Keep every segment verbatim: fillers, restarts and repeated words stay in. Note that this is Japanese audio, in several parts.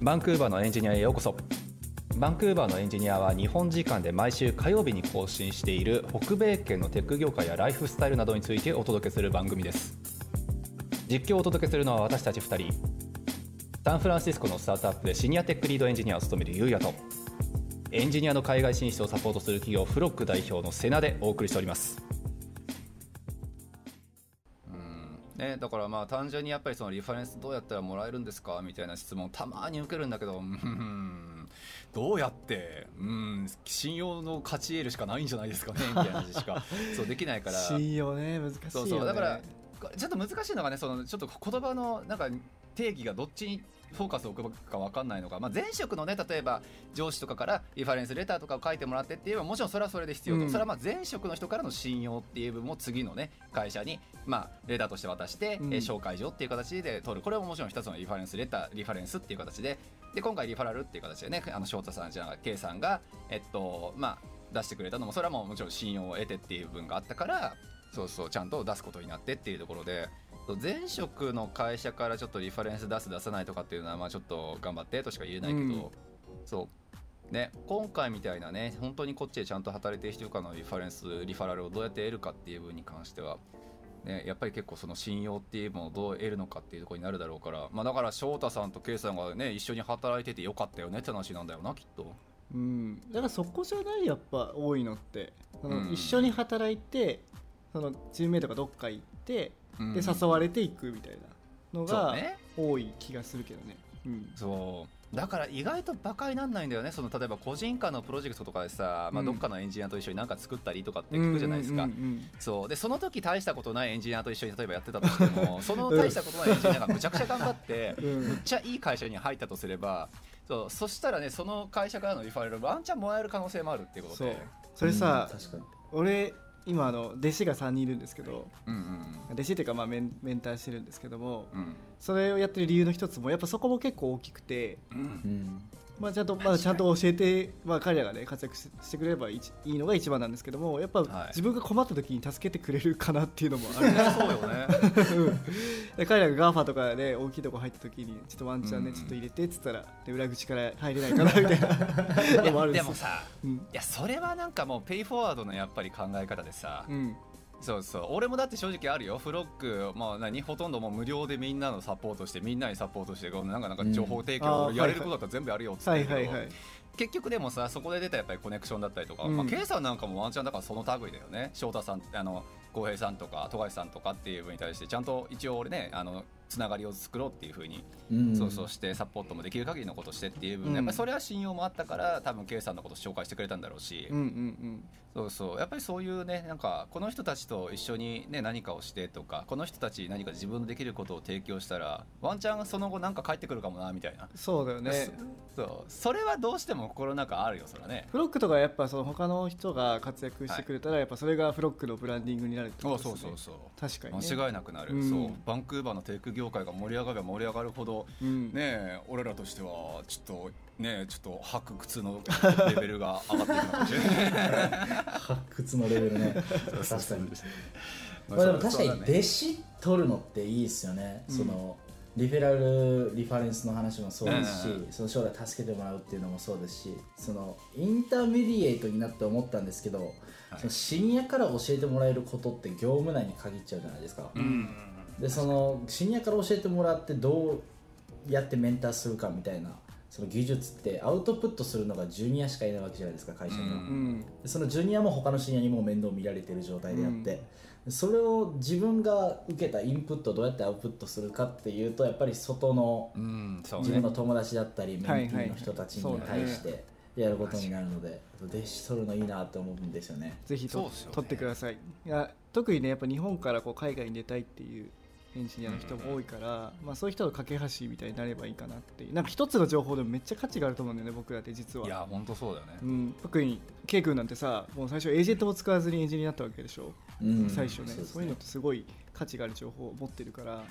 バンクーバーのエンジニアへようこそ。バンクーバーのエンジニアは日本時間で毎週火曜日に更新している北米圏のテック業界やライフスタイルなどについてお届けする番組です。実況をお届けするのは私たちふたり。サンフランシスコのスタートアップでシニアテックリードエンジニアを務めるゆうやと、エンジニアの海外進出をサポートする企業フロック代表のセナでお送りしております。ね、だからまあ単純にやっぱりそのリファレンスどうやったらもらえるんですかみたいな質問たまに受けるんだけど、うん、どうやって、うん、信用の勝ち得るしかないんじゃないですかねみたいな話しかそうできないから信用ね難しいよね。 そうそうだからちょっと難しいのがね、そのちょっと言葉のなんか定義がどっちにフォーカスを置くか分かんないのか、まあ、前職のね例えば上司とかからリファレンスレターとかを書いてもらってって言えばもちろんそれはそれで必要と、うん、それはまあ前職の人からの信用っていう部分も次のね会社にまあレターとして渡して、うん、え紹介状っていう形で取る、これはもちろん一つのリファレンスレターリファレンスっていう形で、で今回リファラルっていう形でねあの翔太さんじゃなくて K さんがえっとまあ出してくれたのもそれはもうもちろん信用を得てっていう部分があったからそうそうちゃんと出すことになってっていうところで、前職の会社からちょっとリファレンス出す出さないとかっていうのはまあちょっと頑張ってとしか言えないけど、うん、そうね今回みたいなね本当にこっちでちゃんと働いてる人からのリファレンスリファラルをどうやって得るかっていう部分に関してはねやっぱり結構その信用っていうものをどう得るのかっていうところになるだろうから、まあだから翔太さんと K さんがね一緒に働いててよかったよねって話なんだよなきっと。 うん、だからそこじゃないやっぱ多いのってその、うん、一緒に働いてそのチームメイトがどっか行ってで誘われていくみたいなのが多い気がするけどね。 うん、そうだから意外とバカになんないんだよね。その例えば個人間のプロジェクトとかでさ、まあ、どっかのエンジニアと一緒に何か作ったりとかって聞くじゃないですか。そうでその時大したことないエンジニアと一緒に例えばやってたとしてもその大したことないエンジニアがむちゃくちゃ頑張ってむっちゃいい会社に入ったとすればそうそしたらねその会社からのリファレルワンチャンもらえる可能性もあるっていうことで、 そうそれさ、うん、確かに俺今あの弟子がさんにんいるんですけど、うんうんうん、弟子っていうかまあメン、メンターしてるんですけども、うん、それをやってる理由の一つもやっぱそこも結構大きくて、うんうんまあ、ちゃんと、まあ、ちゃんと教えて、まあ、彼らが、ね、活躍してくれればいいのが一番なんですけどもやっぱ自分が困った時に助けてくれるかなっていうのもある、 はい、そうよねで彼らが ガーファ とかで大きいとこ入った時にちょっとワンチャンね、うん、ちょっと入れてっつったらで裏口から入れないかなみたいなのもあるんですよ。 でもさ、うん、いやそれはなんかもうペイフォワードのやっぱり考え方でさ、うんそうそう俺もだって正直あるよ。フロック、まあ、何ほとんどもう無料でみんなのサポートしてみんなにサポートしてなんかなんか情報提供、うん、やれることだったら全部やるよって言ってるけど、はいはいはい、結局でもさそこで出たやっぱりコネクションだったりとか、うんまあ、K さんなんかもワンチャンだからその類だよね。翔太さんあの浩平さんとか富樫さんとかっていう分に対してちゃんと一応俺ねあのつながりを作ろうっていう風に、うん、そうそうしてサポートもできる限りのことしてっていう分、うん、やっぱりそれは信用もあったから多分 K さんのこと紹介してくれたんだろうし、うんうんうん、そうそうやっぱりそういうねなんかこの人たちと一緒に、ね、何かをしてとかこの人たちに何か自分のできることを提供したらワンチャンその後なんか帰ってくるかもなみたいな。 そうだよね。 そうそれはどうしても心の中あるよそれはね。 フロックとかやっぱその他の人が活躍してくれたら、はい、やっぱそれがフロックのブランディングになるってことですね。 そうそうそう確かに、ね、 間違いなくなる、うん、そうバンクーバーのテック業界が盛り上がれば盛り上がるほど、うん、ね俺らとしてはちょっとねちょっと発掘のレベルが上がっていくかもしれない発掘のレベルね確かにまあでも確かに弟子取るのっていいですよね、うん、そのリフェラルリファレンスの話もそうですし、うん、その将来助けてもらうっていうのもそうですし、そのインターメディエイトになって思ったんですけど、はい、そのシニアから教えてもらえることって業務内に限っちゃうじゃないですか、うん、でそのシニアから教えてもらってどうやってメンターするかみたいなその技術ってアウトプットするのがジュニアしかいないわけじゃないですか会社には、うん、そのジュニアも他のシニアにも面倒見られている状態であって、うん、それを自分が受けたインプットをどうやってアウトプットするかっていうとやっぱり外の、うんそうね、自分の友達だったりメンティーの人たちに対してやることになるので、はいはい、弟子取るのいいなと思うんですよね。 ぜひと、ね、取ってください。いや特にねやっぱ日本からこう海外に出たいっていうエンジニアの人も多いから、まあ、そういう人の架け橋みたいになればいいかなっていう、なんか一つの情報でもめっちゃ価値があると思うんだよね僕らって実は。 いや本当そうだよね、 うん、特に K 君なんてさもう最初エージェントも使わずにエンジニアになったわけでしょ、うん、最初ね、そういうのってすごい価値がある情報を持ってるから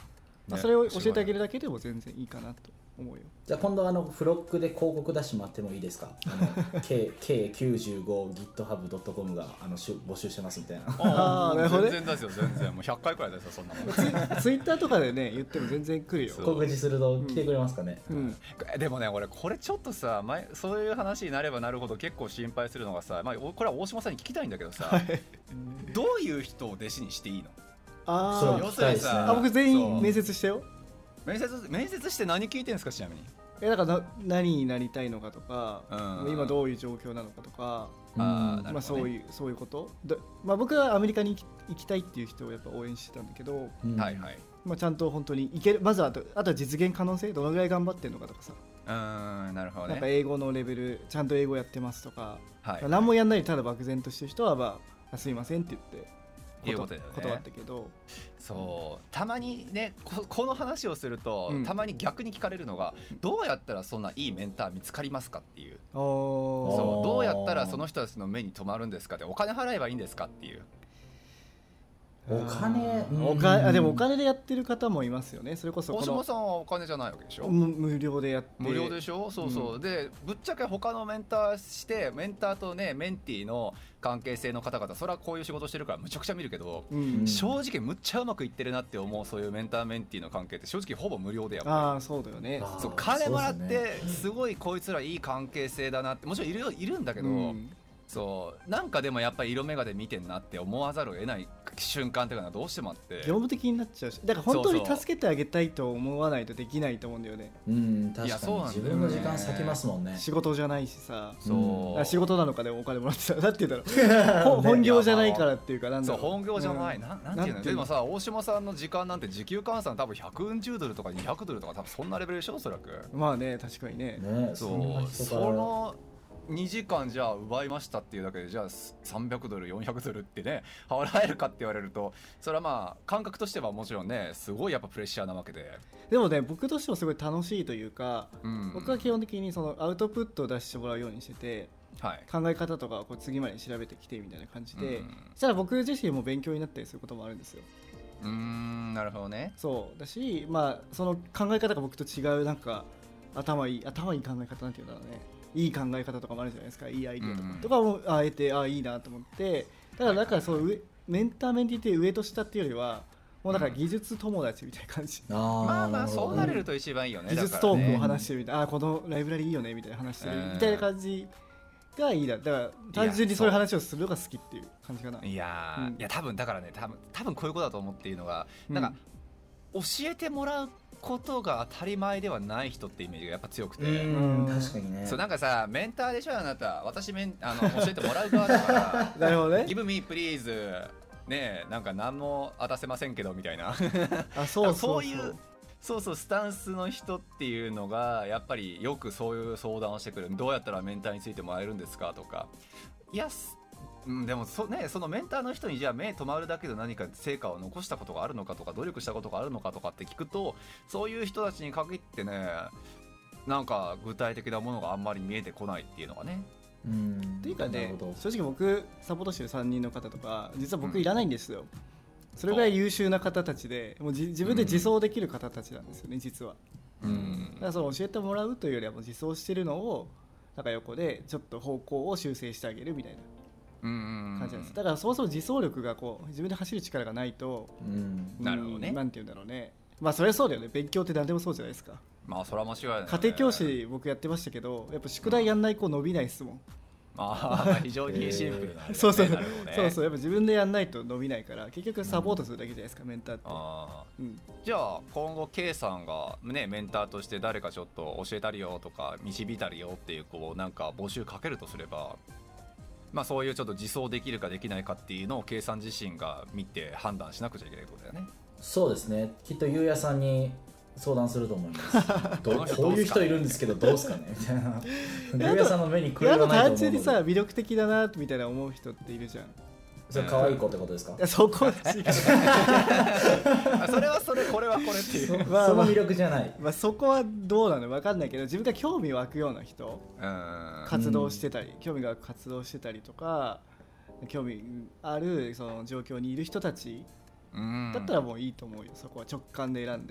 まあ、それを教えてあげるだけでも全然いいかなと思うよ。 じゃあ今度あのフロックで広告出してもらってもいいですか？あの ケーきゅうじゅうごギットハブドットコム があの募集してますみたいな。 ああなるほどね。全然ですよ全然もうひゃっかいくらいですよそんなもん。 ツイッターとかでね言っても全然来るよ。 告知すると来てくれますかね。 うんうん、でもね俺これちょっとさ前そういう話になればなるほど結構心配するのがさ、まあ、これは大島さんに聞きたいんだけどさ、はい、どういう人を弟子にしていいの？ あそう要するにさ、 あ僕全員面接したよ。 面接面接して何聞いてるんですかちなみに？ えだから何になりたいのかとか、うん、今どういう状況なのかとか、あまあ、そういうそういうことで、まあ、僕はアメリカに行き、行きたいっていう人をやっぱ応援してたんだけど、 うんはいはいまあ、ちゃんと本当に行けるまずはあとあとは実現可能性どのぐらい頑張ってるのかとかさ、 うんなるほどね、 なんか英語のレベルちゃんと英語やってますとか、 はい、 何もやんないでただ漠然としてる人は、まあ、すいませんって言っていうことだよね、 断ったけど、 そうたまにね こ, この話をすると、うん、たまに逆に聞かれるのがどうやったらそんないいメンター見つかりますかっていう、そうどうやったらその人たちの目に留まるんですかってお金払えばいいんですかっていう。 お金、 お金あでもお金でやってる方もいますよね。それこそ大島さんはお金じゃないわけでしょ。 無料でやって無料でしょ。そうそう、うん、でぶっちゃけ他のメンターしてメンターとねメンティーの関係性の方々それはこういう仕事してるからむちゃくちゃ見るけど、うん、正直むっちゃうまくいってるなって思うそういうメンターメンティーの関係って正直ほぼ無料でやっぱりああそうだよね。 そう金もらってすごいこいつらいい関係性だなってもちろんいるいるんだけど、うんそうなんかでもやっぱり色眼鏡見てんなって思わざるを得ない瞬間っていうのはどうしてもあって業務的になっちゃうしだから本当に助けてあげたいと思わないとできないと思うんだよね。 うん確かに自分の時間割きますもんね。 仕事じゃないしさそう、 うん、仕事なのかでもお金もらってたらだって言ったら本業じゃないからっていうかなんだろうそう本業じゃない、うん、な, なんていうのでもさ大島さんの時間なんて時給換算多分ひゃくうんじゅうドルとかにひゃくドルとか多分そんなレベルでしょおそらく。 まあね確かに ね, ねそうそのにじかんじゃあ奪いましたっていうだけでじゃあさんびゃくドルよんひゃくドルってね払えるかって言われるとそれはまあ感覚としてはもちろんねすごいやっぱプレッシャーなわけででもね僕としてもすごい楽しいというか、うん、僕は基本的にそのアウトプットを出してもらうようにしてて、はい、考え方とかをこう次まで調べてきてみたいな感じで、うん、そしたら僕自身も勉強になったりすることもあるんですよ。 うーんなるほどね。 そうだしまあその考え方が僕と違うなんか頭いい頭いい考え方なんていうんだろうねいい考え方とかもあるじゃないですかいいアイデアとか、うん、とかもあえてあいいなと思ってだからだからそう上メンターメンティーって上と下っていうよりはもうだから技術友達みたいな感じ、 うん、あまあまあそうなれると一番いいよね。 技術トークを話してるみたいな、ね、あこのライブラリいいよねみたいな話してるみたいな感じがいいだだから単純にそういう話をするのが好きっていう感じかな。 いや、うん、いや多分だからね多分多分こういうことだと思っているのがなんか、うん、教えてもらうことが当たり前ではない人ってイメージがやっぱ強くてうん確かにね。 そうなんかさメンターでしょあなた私メンあの教えてもらう側だからなるほどね Give me please ねなんか何も渡せませんけどみたいなあそうそうそうそういうそうそうスタンスの人っていうのがやっぱりよくそういう相談をしてくる。どうやったらメンターについてもらえるんですかとかいやうん、でも そ,、ね、そのメンターの人にじゃあ目止まるだけで何か成果を残したことがあるのかとか努力したことがあるのかとかって聞くとそういう人たちに限ってねなんか具体的なものがあんまり見えてこないっていうのがね。 うんっていうかね正直僕サポートしてるさんにんの方とか実は僕いらないんですよ、うん、それぐらい優秀な方たちでもう自分で自走できる方たちなんですよね、うん、実は、うん、だからその教えてもらうというよりはもう自走してるのをなんか横でちょっと方向を修正してあげるみたいな感じなんです。だからそもそも自走力がこう自分で走る力がないと、 うん、なるほどね。 なんて言うんだろうね。まあそれはそうだよね。勉強って何でもそうじゃないですか。 まあそれは間違いない、ね。 家庭教師僕やってましたけど、やっぱ宿題やんない子伸びないですもん。 ああ非常にシンプルな、ね、 そうそう、ね、そうそうやっぱ自分でやんないと伸びないから結局サポートするだけじゃないですか、うん、メンターって。あ、 うん、じゃあ今後 K さんが、ね、メンターとして誰かちょっと教えたりよとか導いたりよっていうこうなんか募集かけるとすれば。まあ、そういうちょっと自走できるかできないかっていうのを計算自身が見て判断しなくちゃいけないことだよね。 そうですねきっとゆうやさんに相談すると思いますどうこういう人いるんですけどどうすかねみたいなゆうやさんの目に食いがないと思うので単純にさ魅力的だなみたいな思う人っているじゃん。 それ可愛い子ってことですか？ いやそこ違うそれはそれこれはこれっていう、 まあ、その魅力じゃない、 まあ、そこはどうなの分かんないけど自分が興味湧くような人活動してたり、うん、興味が湧く活動してたりとか興味あるその状況にいる人たちだったらもういいと思うよ。そこは直感で選んで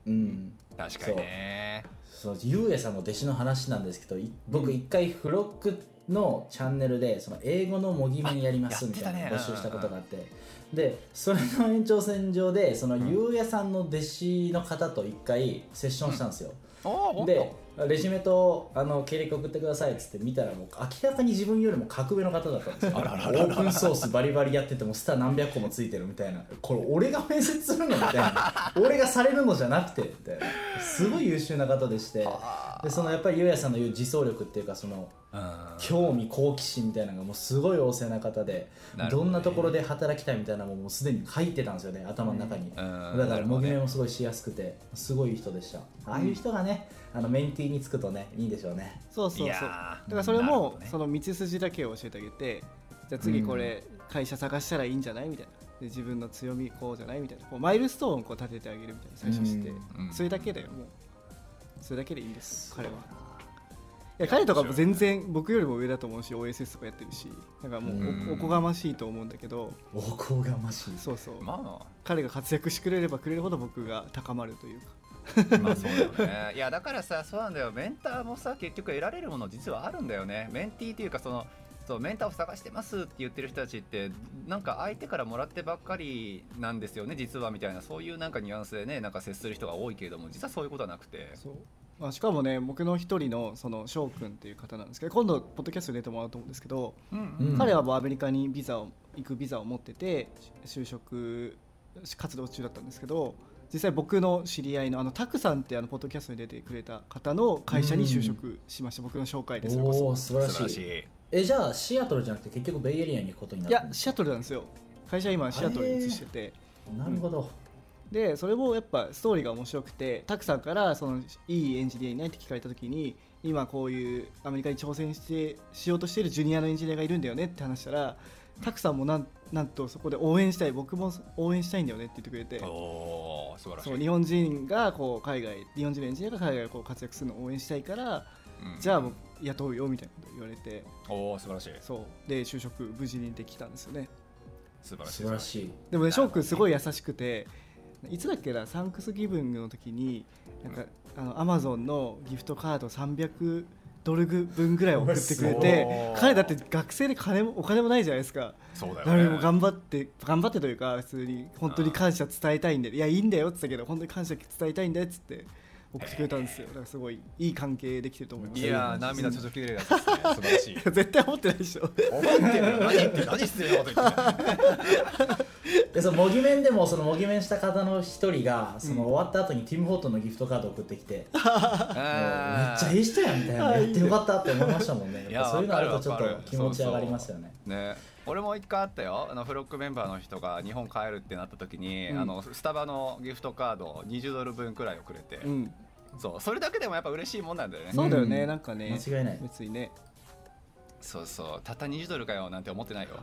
うん、 確かにね。 そうそう、ゆうやさんの弟子の話なんですけど、僕一回フロックのチャンネルでその英語の模擬面やりますみたいな募集したことがあって、でそれの延長線上でそのゆうやさんの弟子の方と一回セッションしたんですよ、うん、でレジュメとあの経歴送ってくださいっつって見たら、もう明らかに自分よりも格上の方だったんですよ。 あららららオープンソースバリバリやっててもスター何百個もついてるみたいな、これ俺が面接するのみたいな俺がされるのじゃなくてみたいな、すごい優秀な方でして、でそのやっぱりゆうやさんの言う自走力っていうか、その興味好奇心みたいなのがもうすごい旺盛な方で、ど, ね、どんなところで働きたいみたいなのももうすでに書いてたんですよね、頭の中に、うん、だから模擬面もすごいしやすくてすごいいい人でした。ああいう人がね、あのメンティーにつくとねいいんでしょうね。 そうそうそう、だからそれも、ね、その道筋だけを教えてあげて、じゃあ次これ会社探したらいいんじゃないみたいな、で自分の強みこうじゃないみたいな、こうマイルストーンをこう立ててあげるみたいな最初して、うん、それだけだよ、もうそれだけでいいんです彼は。いや彼とかも全然僕よりも上だと思うし、 オーエスエス とかやってるし、なんかもう お, おこがましいと思うんだけど、 おこがましい、 そうそう、 まあ、 彼が活躍してくれればくれるほど僕が高まるというかまあそうだよね。いやだからさ、そうなんだよ、メンターもさ結局得られるもの実はあるんだよね。メンティーっていうか、そのそうメンターを探してますって言ってる人たちってなんか相手からもらってばっかりなんですよね実は、みたいな、そういうなんかニュアンスでねなんか接する人が多いけれども、実はそういうことはなくて、 そう、まあ、しかもね、僕の一人のその翔くんっていう方なんですけど、今度ポッドキャストで出てもらうと思うんですけど、うんうん、彼はもうアメリカにビザを行くビザを持ってて就職活動中だったんですけど、実際僕の知り合いのあのタクさんってあのポッドキャストに出てくれた方の会社に就職しました、うん、僕の紹介で。それこそお素晴らしい。えじゃあシアトルじゃなくて結局ベイエリアに行くことになるんですか？ いやシアトルなんですよ。会社は今シアトルに移してて、 なるほど、 うん、でそれもやっぱストーリーが面白くて、タクさんからそのいいエンジニアいないって聞かれた時に、今こういうアメリカに挑戦してしようとしているジュニアのエンジニアがいるんだよねって話したら、タクさんもなんなんとそこで応援したい、僕も応援したいんだよねって言ってくれて、 お素晴らしい。 そう日本人がこう海外日本人のエンジニアが海外でこう活躍するのを応援したいから、うん、じゃあもう雇うよみたいなこと言われて、 お素晴らしい。 そうで就職無事にできたんですよね。 素晴らしい。 素晴らしい。 でもね、翔くんすごい優しくて、いつだっけな、サンクスギブングの時になんか、うん、あのアマゾンのギフトカードさんびゃくドル分ぐらい送ってくれて、彼だって学生で金もお金もないじゃないですか。 そうだよね。 誰も頑張って頑張ってというか、普通に本当に感謝伝えたいんで、いやいいんだよって言ったけど本当に感謝伝えたいんだよっつって送ってくれたんですよ。だからすごいいい関係できてると思います。 いやー涙ちょちょきれるやつですね。素晴らしい。 絶対思ってないでしょ。 思ってる。何言って何失礼なこと言ってでその模擬面でもその模擬面した方の一人がその終わった後にティム・ホートンのギフトカードを送ってきて、うん、めっちゃいい人やみたいな、やってよかったって思いましたもんね。やっぱそういうのあるとちょっと気持ち上がりますよね。 そうそうね、俺も一回あったよ。あのフロックメンバーの人が日本帰るってなった時に、うん、あのスタバのギフトカードにじゅうドル分くらいをくれて、うん、そうそれだけでもやっぱ嬉しいもんなんだよね。 そうだよね、うん、なんかね間違いない。 別にね、 そうそうたったにじゅうドルかよなんて思ってないよ。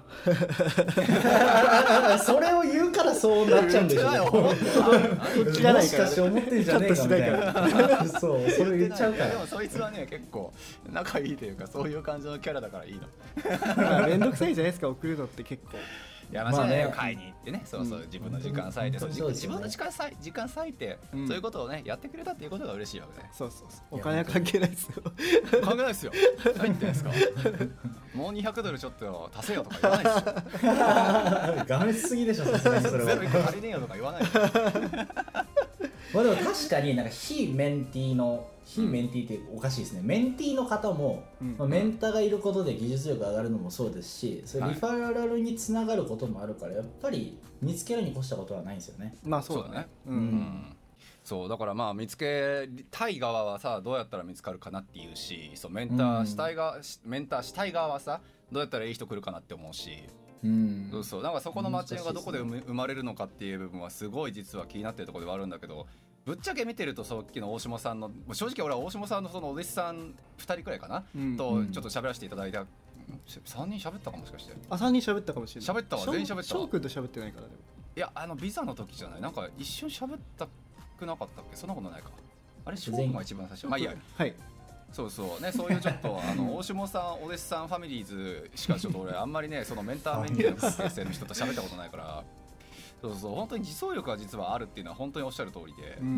それを言うからそうなっちゃうんでしょ。もしかして思ってんじゃねえかみたいな。そうそれ言っちゃうから。 でもそいつはね結構仲いいというかそういう感じのキャラだからいいの。めんどくさいじゃないですか送るのって結構。 いや間違いないよ、買いに行ってね、そうそう、うん、自分の時間割いて、うん、そう自分の時間割い時間割いて、うん、そういうことをねやってくれたっていうことが嬉しいわけね。 そうそうそう、お金は関係ないですよ。 関係ないですよ。何言ってんですか。もうにひゃくドルちょっと足せよとか言わないですよ。 がめすぎでしょ、さすがにそれは。 ゼロいっこ足りねえよとか言わない。 まあでも確かになんか非メンティーの非メンティーっておかしいですね。メンティーの方も、うんまあ、メンターがいることで技術力上がるのもそうですし、それリファラルにつながることもあるから、やっぱり見つけるに越したことはないんですよね。 まあそうだね。 うん、うん、そうだからまあ見つけたい側はさどうやったら見つかるかなっていうし、そうメンターしたい側、うん、メンターしたい側はさどうやったらいい人来るかなって思うし。うん、そうそうなんかそこのマッチングがどこで生まれるのかっていう部分はすごい実は気になってるところではあるんだけど、ぶっちゃけ見てるとさっきの大下さんの正直俺は大下さんのそのお弟子さんふたりくらいかな、うん、とちょっと喋らせていただいた、さんにん喋ったかもしかして。 あさんにん喋ったかもしれない。 喋ったわ全員喋ったわ。 翔くんと喋ってないから。でもいやあのビザの時じゃないなんか一瞬喋ったくなかったっけ。そんなことないか。あれ翔くんが一番最初。まあいいや。 はいそうそうね、そういうちょっとあの大下さんお弟子さんファミリーズしかちょっと俺あんまりねそのメンターメンティーの関係性の人と喋ったことないからそうそう本当に自走力が実はあるっていうのは本当におっしゃる通りで、 うん、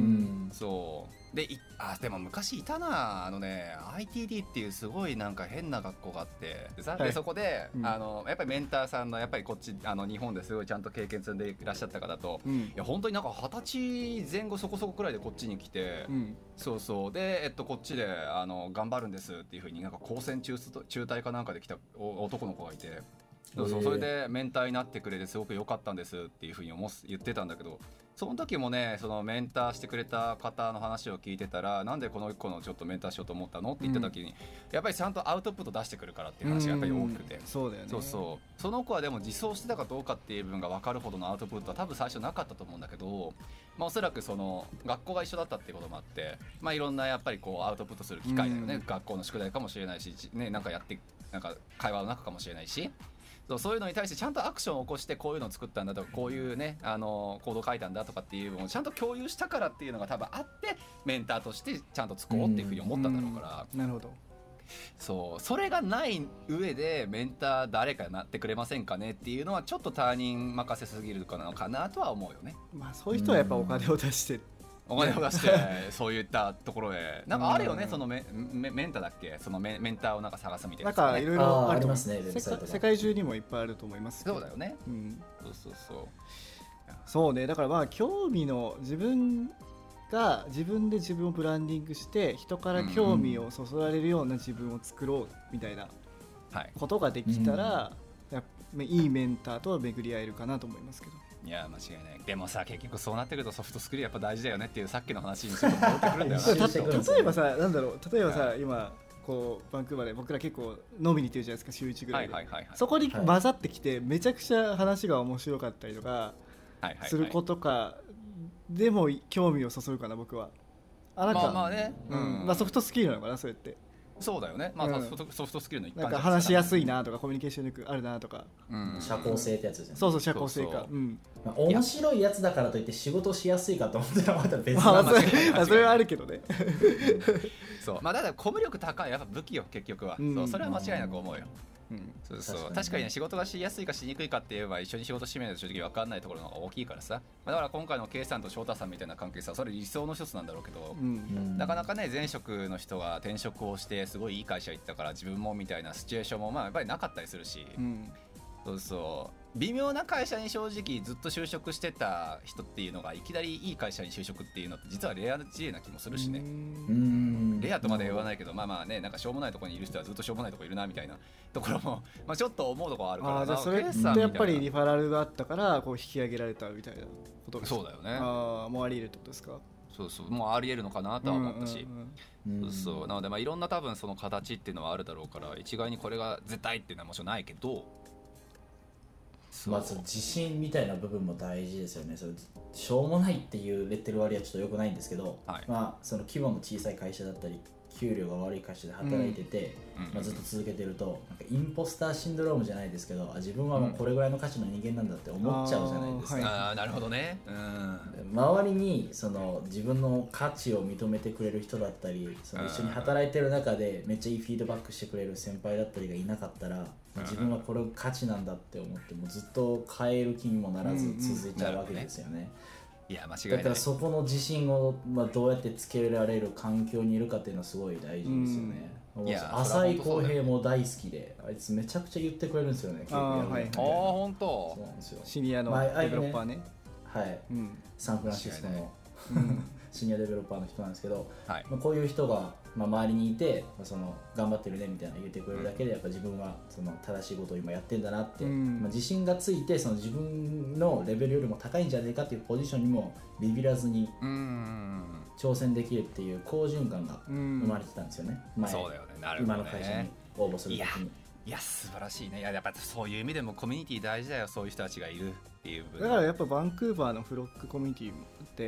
そうであでも昔いたなあのね アイティーディー っていうすごいなんか変な学校があってでさ、はい、でそこで、うん、あのやっぱりメンターさんのやっぱりこっちあの日本ですごいちゃんと経験積んでいらっしゃった方と、うん、いや本当になんかはたちぜん後そこそこくらいでこっちに来て、うん、そうそうで、えっと、こっちであの頑張るんですっていう風になんか高専中中退かなんかで来た男の子がいてそうそうそれでメンターになってくれてすごく良かったんですっていう風に思言ってたんだけどその時もねそのメンターしてくれた方の話を聞いてたらなんでこの子のちょっとメンターしようと思ったのって言った時に、うん、やっぱりちゃんとアウトプット出してくるからっていう話がやっぱり大きくて、 うん、そうだよねそうそうその子はでも自走してたかどうかっていう部分が分かるほどのアウトプットは多分最初なかったと思うんだけど、まあ、おそらくその学校が一緒だったっていうこともあって、まあ、いろんなやっぱりこうアウトプットする機会だよね、うん、学校の宿題かもしれないし、ね、なんかやってなんか会話の中かもしれないしそう、そういうのに対してちゃんとアクションを起こしてこういうのを作ったんだとかこういうねあのコード書いたんだとかっていうのをちゃんと共有したからっていうのが多分あってメンターとしてちゃんとつこうっていうふうに思ったんだろうから、 うんうん、なるほどそうそれがない上でメンター誰かなってくれませんかねっていうのはちょっと他人任せすぎるかなかなとは思うよね。 まあそういう人はやっぱお金を出してお金を出してそういったところへなんかあるよね、うん、その メ, メ, メンターだっけその メ, メンターをなんか探すみたいな、 ね、なんかいろいろありますね世界中にもいっぱいあると思いますけどそうだよね、 うん、 そうそうそうそうねだからまあ興味の自分が自分で自分をブランディングして人から興味をそそられるような自分を作ろうみたいなことができたら、うん、やっぱいいメンターとは巡り合えるかなと思いますけどいや間違いないでもさ結局そうなってくるとソフトスキルやっぱ大事だよねっていうさっきの話にちょっと戻ってくるんだよな例えばさなんだろう例えばさ、はい、今こうバンクーバーで僕ら結構飲みに行ってるじゃないですか週いちぐらいで、はいはいはいはい、そこに混ざってきてめちゃくちゃ話が面白かったりとかする子とかでも興味をそそるかな僕はあなんか、 まあまあねうんまあ、ソフトスキルなのかなそうやってそうだよね、まあうん、ソフトスキルの一環なんか話しやすいなとかコミュニケーション力あるなとか、 うん、社交性ってやつですよねそうそう社交性か、うんまあ、面白いやつだからといって仕事しやすいかと思ったらまた別な話、 まあ、それはあるけどねそうまあだからコミュ力高いやっぱ武器よ結局は、うん、そうそれは間違いなく思うよ、うん、そうそう確かに、確かにね仕事がしやすいかしにくいかって言えば一緒に仕事してみないと正直分かんないところの方が大きいからさ、まあ、だから今回の K さんと翔太さんみたいな関係さそれ理想の一つなんだろうけど、うん、なかなかね前職の人が転職をしてすごいいい会社行ったから自分もみたいなシチュエーションもまあやっぱりなかったりするし、うん、そうそう微妙な会社に正直ずっと就職してた人っていうのがいきなりいい会社に就職っていうのって実はレア事例な気もするしね。うんレアとまで言わないけどまあまあねなんかしょうもないところにいる人はずっとしょうもないところいるなみたいなところもまあちょっと思うところあるからあじゃあそれってやっぱりリファラルがあったからこう引き上げられたみたいなことですか。 そうだよね。 あもうあり得るってことですか。 そうそうもうあり得るのかなとは思ったし、うんうんうん、そうそうなのでまあいろんな多分その形っていうのはあるだろうから一概にこれが絶対っていうのはもちろんないけどまあ、その自信みたいな部分も大事ですよね。それしょうもないっていうレッテル割はちょっと良くないんですけど、はい、まあその規模の小さい会社だったり給料が悪い会社で働いてて、うんまあ、ずっと続けてるとなんかインポスターシンドロームじゃないですけど自分はもうこれぐらいの価値の人間なんだって思っちゃうじゃないですか、 うん、ああなるほどね、うん、周りにその自分の価値を認めてくれる人だったりその一緒に働いてる中でめっちゃいいフィードバックしてくれる先輩だったりがいなかったら、まあ、自分はこれ価値なんだって思ってもずっと変える気にもならず続いちゃうわけですよね、うんうんいや間違いない。 だからそこの自信を、まあ、どうやってつけられる環境にいるかっていうのはすごい大事ですよね、うん、いや浅井康平も大好きであいつめちゃくちゃ言ってくれるんですよね。 ああはいはい、 本当そうなんですよ。 シニアのデベロッパーね、 まあ、はい、うん、サンフランシスコのシニアデベロッパーの人なんですけど、はいまあ、こういう人が、まあ、周りにいて、まあ、その頑張ってるねみたいな言ってくれるだけでやっぱ自分はその正しいことを今やってんだなって、うんまあ、自信がついてその自分のレベルよりも高いんじゃないかっていうポジションにもビビらずに挑戦できるっていう好循環が生まれてたんですよね、前そうだよねなるほどね今の会社に応募するときに。 いや素晴らしいね。いややっぱそういう意味でもコミュニティ大事だよ。そういう人たちがいるっていう部分だからやっぱバンクーバーのフロックコミュニティって、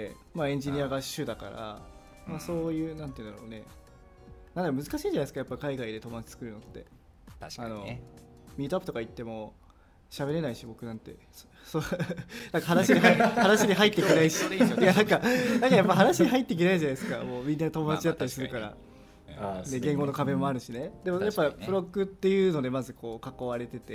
まあ、エンジニアが主だから、うんまあ、そういうなんていうんだろうねなんか難しいじゃないですかやっぱ海外で友達作るのって。 確かにね。 ミートアップとか行っても喋れないし僕なんてそそなんか話に入話に入ってくれないしいやなんかなんかやっぱ話に入っていけないじゃないですかもうみんな友達だったりするから。まあまあで言語の壁もあるしね、うん、でもやっぱフロックっていうのでまずこう囲われてて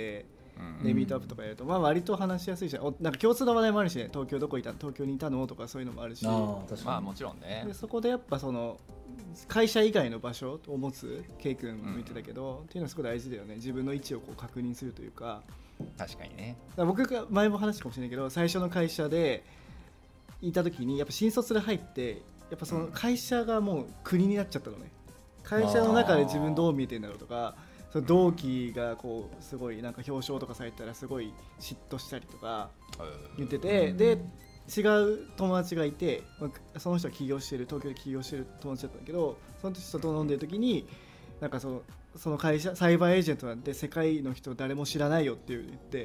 でミートアップとかやると、まあ、割と話しやすいし、おなんか共通の話題もあるしね、東京どこいた東京にいたのとかそういうのもあるし、 あ確かに、 まあもちろんね。 でそこでやっぱその会社以外の場所を持つ、ケイ君も言ってたけど、うん、っていうのはすごい大事だよね。自分の位置をこう確認するというか。 確かにね。 だ僕が前も話したかもしれないけど、最初の会社でいた時にやっぱ新卒で入ってやっぱその会社がもう国になっちゃったのね。会社の中で自分どう見えてるんだろうとか、その同期がこうすごいなんか表彰とかされたらすごい嫉妬したりとか言ってて、で違う友達がいて、その人は起業してる、東京で起業してる友達だったんだけど、その人と飲んでる時になんかそのその会社サイバーエージェントなんて世界の人誰も知らないよって言って、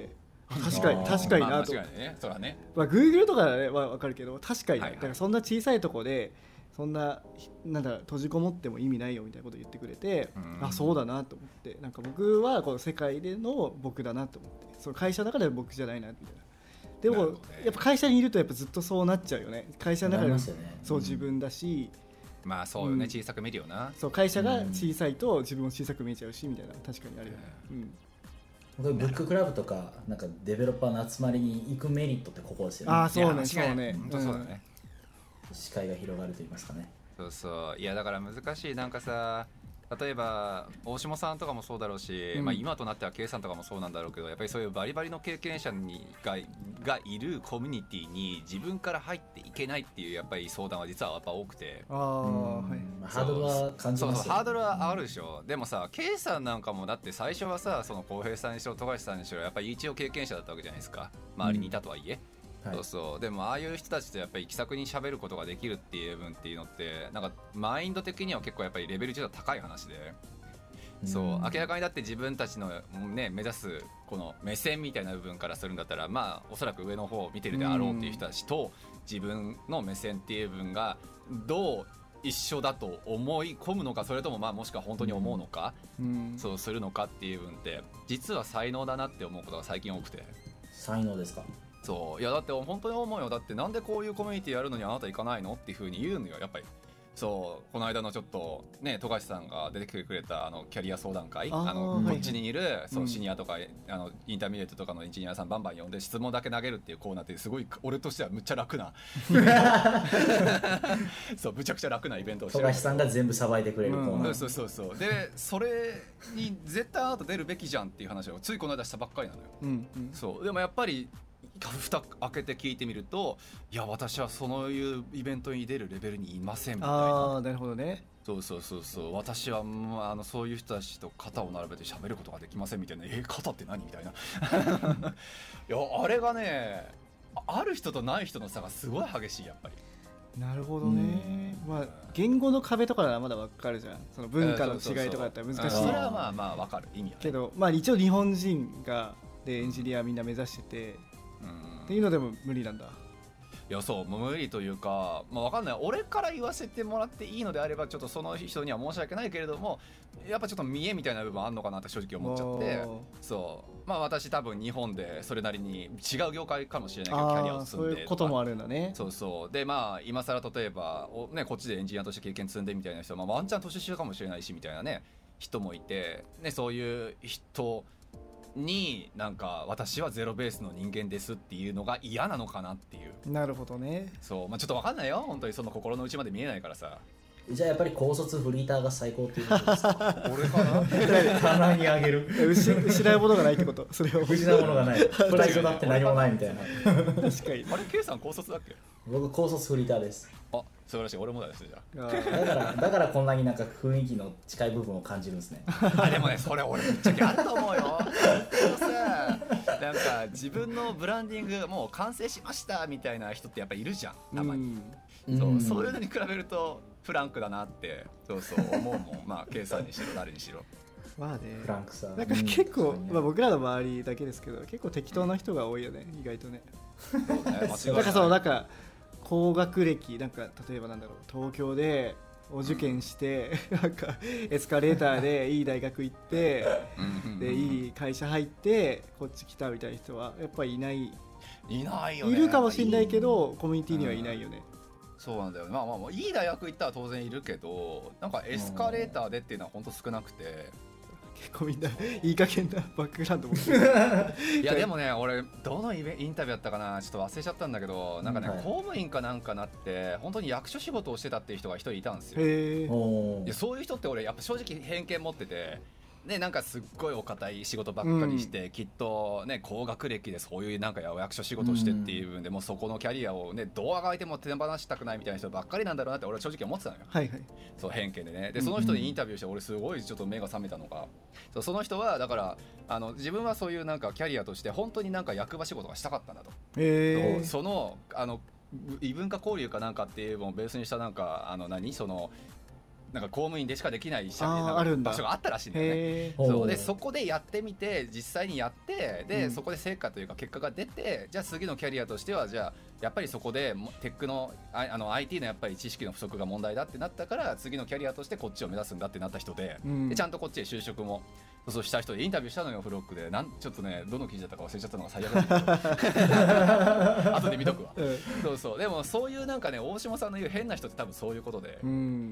確かに確かになと、まあ、 ね、それはね、 まあ、Google とかは分かるけど確かに、 はいはい、 だからそんな小さいところでそんななんだ閉じこもっても意味ないよみたいなことを言ってくれて、うん、あそうだなと思って、なんか僕はこの世界での僕だなと思って、その会社の中では僕じゃないなみたいな。でも、ね、やっぱ会社にいるとやっぱずっとそうなっちゃうよね。会社の中で、ね、そう自分だし、 うん、まあそうよね、うん、小さく見るよな。 そう会社が小さいと自分も小さく見えちゃうしみたいな、確かにあるよね。 うん、ブッククラブとかなんかデベロッパーの集まりに行くメリットってここですよね。 ああそうね、そうね、 本当そうだね、 うん、視界が広がると言いますかね。 そうそう、いやだから難しい。なんかさ、例えば大下さんとかもそうだろうし、うん、まあ、今となっては K さんとかもそうなんだろうけど、やっぱりそういうバリバリの経験者に が, がいるコミュニティに自分から入っていけないっていうやっぱり相談は実はやっぱ多くて、 あ、はい、 ハードルは感じますよね。 そうそう、ハードルはあるでしょ。でもさ K さんなんかもだって最初はさ、その浩平さんにしろ富樫さんにしろやっぱり一応経験者だったわけじゃないですか、周りにいたとはいえ、うんそうそう、でもああいう人たちとやっぱり気さくに喋ることができるっていう分っていうのってなんかマインド的には結構やっぱりレベル値が高い話で、そう明らかにだって自分たちの、ね、目指すこの目線みたいな部分からするんだったら、まあおそらく上の方を見てるであろうっていう人たちと自分の目線っていう部分がどう一緒だと思い込むのか、それともまあもしくは本当に思うのか、うん、そうするのかっていう部分って実は才能だなって思うことが最近多くて。 才能ですか。 そういやだって本当に思うよ。だってなんでこういうコミュニティやるのにあなた行かないのっていう風に言うのよやっぱり。そうこの間のちょっとね富樫さんが出てきてくれたあのキャリア相談会、あのこっちにいるそうシニアとか、うん、あのインターミディエートとかのエンジニアさんバンバン呼んで質問だけ投げるっていうコーナーってすごい俺としてはむっちゃ楽なそうむちゃくちゃ楽なイベントをしてる。 富樫さんが全部さばいてくれるコーナー、 うん、そうそうそう。でそれに絶対あなた出るべきじゃんっていう話をついこの間したばっかりなのよ、うんうん、そうでもやっぱり蓋開けて聞いてみると、いや私はそういうイベントに出るレベルにいませんみたいな。 ああなるほどね。 そうそうそうそう、私は、まあ、あのそういう人たちと肩を並べて喋ることができませんみたいな。え肩って何みたいな。いやあれがね、ある人とない人の差がすごい激しいやっぱり。 なるほどね、まあ、言語の壁とかならまだ分かるじゃん。その文化の違いとかだったら難しい。 それはまあまあ分かる意味は、ね、 けど、まあ、一応日本人がでエンジニアみんな目指してて、うん、っていうのでも無理なんだ。 いやそう無理というか、まあ、分かんない。俺から言わせてもらっていいのであればちょっとその人には申し訳ないけれども、やっぱちょっと見栄みたいな部分あんのかなって正直思っちゃって、そうまあ私多分日本でそれなりに違う業界かもしれないけどキャリアを積んでそういうこともあるんだね。 そうそうでまあ今更例えばお、ね、こっちでエンジニアとして経験積んでみたいな人は、まあ、ワンチャン年下かもしれないしみたいなね人もいて、ね、そういう人になんか私はゼロベースの人間ですっていうのが嫌なのかなっていう。 なるほどね。 そう、まあ、ちょっと分かんないよ本当にその心の内まで見えないからさ。 じゃあやっぱり高卒フリーターが最高っていうことですか。 俺かな棚にあげる失うものがないってこと。それを失うものがないプライドだって何もないみたいな。 確かに。 あれ K さん高卒だっけ。 僕高卒フリーターです。 あ素晴らしい。俺もだですじゃあ。 だからだからこんなになんか雰囲気の近い部分を感じるんですね。 あでもねそれ俺ぶっちゃけあると思うよ。さなんか自分のブランディングもう完成しましたみたいな人ってやっぱいるじゃんたまに。うん、そうそういうのに比べるとフランクだなってそうそう思うもん。まあ K さんにしろ誰にしろ。 まあね。 フランクさ。 なんか結構、うんまあ、僕らの周りだけですけど結構適当な人が多いよね意外とね。 そうね間違いない。 なんかそうなんか高学歴なんか例えばなんだろう東京でお受験して、うん、なんかエスカレーターでいい大学行ってでいい会社入ってこっち来たみたいな人はやっぱりいない。 いないよね。 いるかもしれないけどコミュニティにはいないよね。 うん、そうなんだよ。まあまあまあいい大学行ったら当然いるけどなんかエスカレーターでっていうのは本当少なくて。 結構みんないい加減なバックグラウンド持ってるいやでもね俺どのイベインタビューだったかなちょっと忘れちゃったんだけどなんかね、はい、公務員かなんかなって本当に役所仕事をしてたっていう人が一人いたんですよ。へー。いやそういう人って俺やっぱ正直偏見持っててね、なんかすっごいお堅い仕事ばっかりして、うん、きっとね高学歴でそういうなんか役所仕事をしてっていう部分で、うん、もうそこのキャリアをねどうあがいても手放したくないみたいな人ばっかりなんだろうなって俺は正直思ってたのよ、はいはい、そう偏見でね。でその人にインタビューして俺すごいちょっと目が覚めたのが、そうその人はだからあの自分はそういうなんかキャリアとして本当になんか役場仕事がしたかったんだと、へー。そのあの異文化交流かなんかっていうのをベースにしたなんかあの何そのなんか公務員でしかできない場所があったらしいんだよね。そうでそこでやってみて実際にやってで、うん、そこで成果というか結果が出てじゃあ次のキャリアとしてはじゃあやっぱりそこでテックの あ, あの アイティー のやっぱり知識の不足が問題だってなったから次のキャリアとしてこっちを目指すんだってなった人 で,、うん、でちゃんとこっちへ就職もそうした人でインタビューしたのよフロックでなんちょっとねどの記事だったか忘れちゃったのが最悪だった後で見とくわ、うん、そうそうでもそういうなんかね大島さんの言う変な人って多分そういうことで、うん、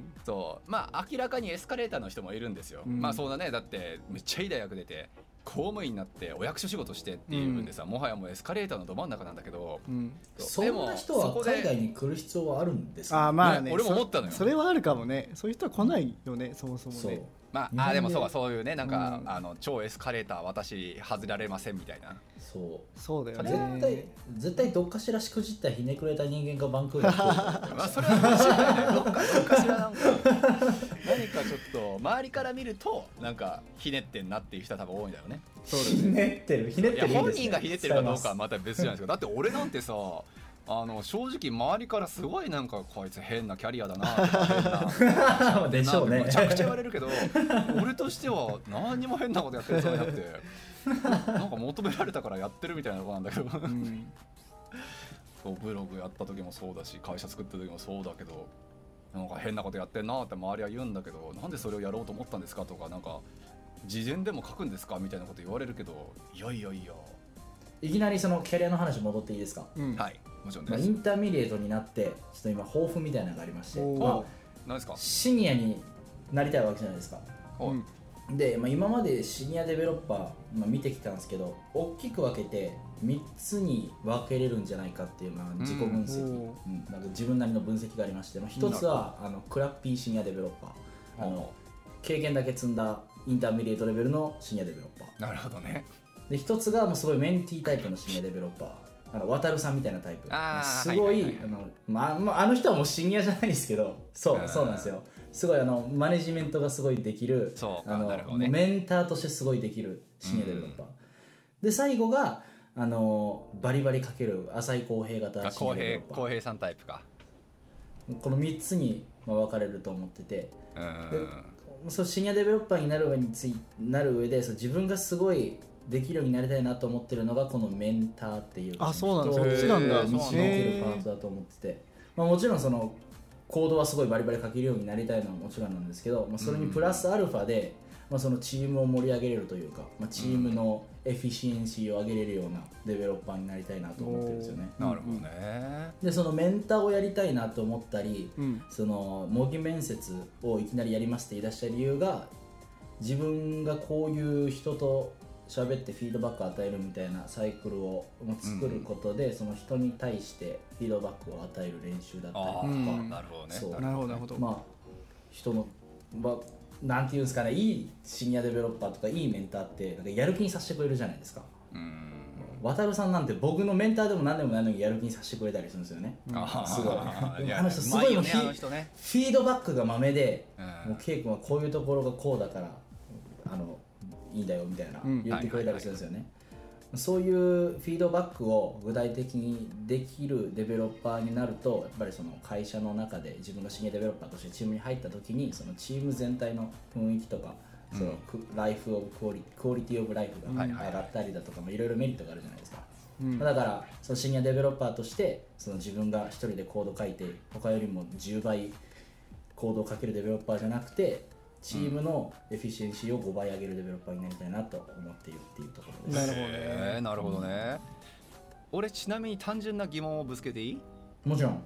そうまあ明らかにエスカレーターの人もいるんですよ、うん、まあそんなねだってめっちゃいい大学出て公務員になってお役所仕事してっていうんでさ、うん、もはやもうエスカレーターのど真ん中なんだけど、うん、 そんな人は海外に来る必要はあるんですか、ね、 あまあね、 俺も思ったのよそ, それはあるかもね。そういう人は来ないよねそもそもね。 まあ、あでもそうそういうねなんか、うん、あの超エスカレーター私外られませんみたいな。 そうそうだよね。 絶対絶対どっかしらしくじったひねくれた人間がバンクーバー来るまあそれは面白いね。どっかどっかしらなんか何かちょっと周りから見るとなんかひねってんなっていう人は多分多いんだよね。 そうだね。ひねってるひねってるいいですね。 本人がひねってるかどうかはまた別じゃないですか。だって俺なんてさあの正直周りからすごいなんかこいつ変なキャリアだな変なでしょうね。 めちゃくちゃ言われるけど俺としては何にも変なことやってるつもりなくてなんか求められたからやってるみたいなとこなんだけど、うん、そうブログやった時もそうだし会社作った時もそうだけどなんか変なことやってんなって周りは言うんだけどなんでそれをやろうと思ったんですかとかなんか事前でも書くんですかみたいなこと言われるけどいやいやいやいきなりそのキャリアの話戻っていいですか、 うん、はいもちろんです、 まあ、インターミディエートになってちょっと今抱負みたいなのがありまして、まあ、 何ですかシニアになりたいわけじゃないですか、うん、で、まあ、今までシニアデベロッパー、まあ、見てきたんですけど大きく分けてみっつに分けれるんじゃないかっていう、まあ、自己分析、うんうん、なんか自分なりの分析がありまして、まあ、ひとつはあのクラッピーシニアデベロッパーあの経験だけ積んだインターミディエートレベルのシニアデベロッパーなるほどね。 で一つがもうすごいメンティータイプのシニアデベロッパーあの渡るさんみたいなタイプすごい、はいはいはい、あの、まあ、あの人はもうシニアじゃないですけどそうそうなんですよすごいあのマネジメントがすごいできるそうあの、 ね、 メンターとしてすごいできるシニアデベロッパー、うん、で最後があのバリバリかける浅井公平型シニアデベロッパー公平さんタイプかこのみっつに分かれると思っててうんそうシニアデベロッパーになる上についなる上でそう自分がすごいできるようになりたいなと思ってるのがこのメンターっていうあそうなんですそっちなんだ導けるパートだと思ってて、まあ、もちろんそのコードはすごいバリバリ書けるようになりたいのはもちろんなんですけど、まあ、それにプラスアルファで、まあ、そのチームを盛り上げれるというか、まあ、チームのエフィシエンシーを上げれるようなデベロッパーになりたいなと思ってるんですよね。 なるほどね。 でそのメンターをやりたいなと思ったり、うん、その模擬面接をいきなりやりますって言い出した理由が自分がこういう人と喋ってフィードバックを与えるみたいなサイクルを作ることで、うん、その人に対してフィードバックを与える練習だったりとか、うん、 なるほどね。 そうなるほどなるほど。 まあ人の、まあ、なんていうんですかねいいシニアデベロッパーとかいいメンターってなんかやる気にさせてくれるじゃないですか。うん渡るさんなんて僕のメンターでも何でもないのにやる気にさせてくれたりするんですよね。うん、すごいあの人すごいのフィードバックがまめで、うん、もうケイ君はこういうところがこうだからあのいいんだよみたいな言ってくれたりするんですよね。そういうフィードバックを具体的にできるデベロッパーになるとやっぱりその会社の中で自分がシニアデベロッパーとしてチームに入った時にそのチーム全体の雰囲気とか、うん、そのライフオブクオリ、クオリティオブライフが上がったりだとかいろいろメリットがあるじゃないですか。うん、だからそのシニアデベロッパーとしてその自分が一人でコード書いて他よりもじゅうばいコードを書けるデベロッパーじゃなくてチームのエフィシエンシーをごばい上げるデベロッパーになりたいなと思っているっていうところです。 なるほどね。なるほどね。俺ちなみに単純な疑問をぶつけていい？ もちろん。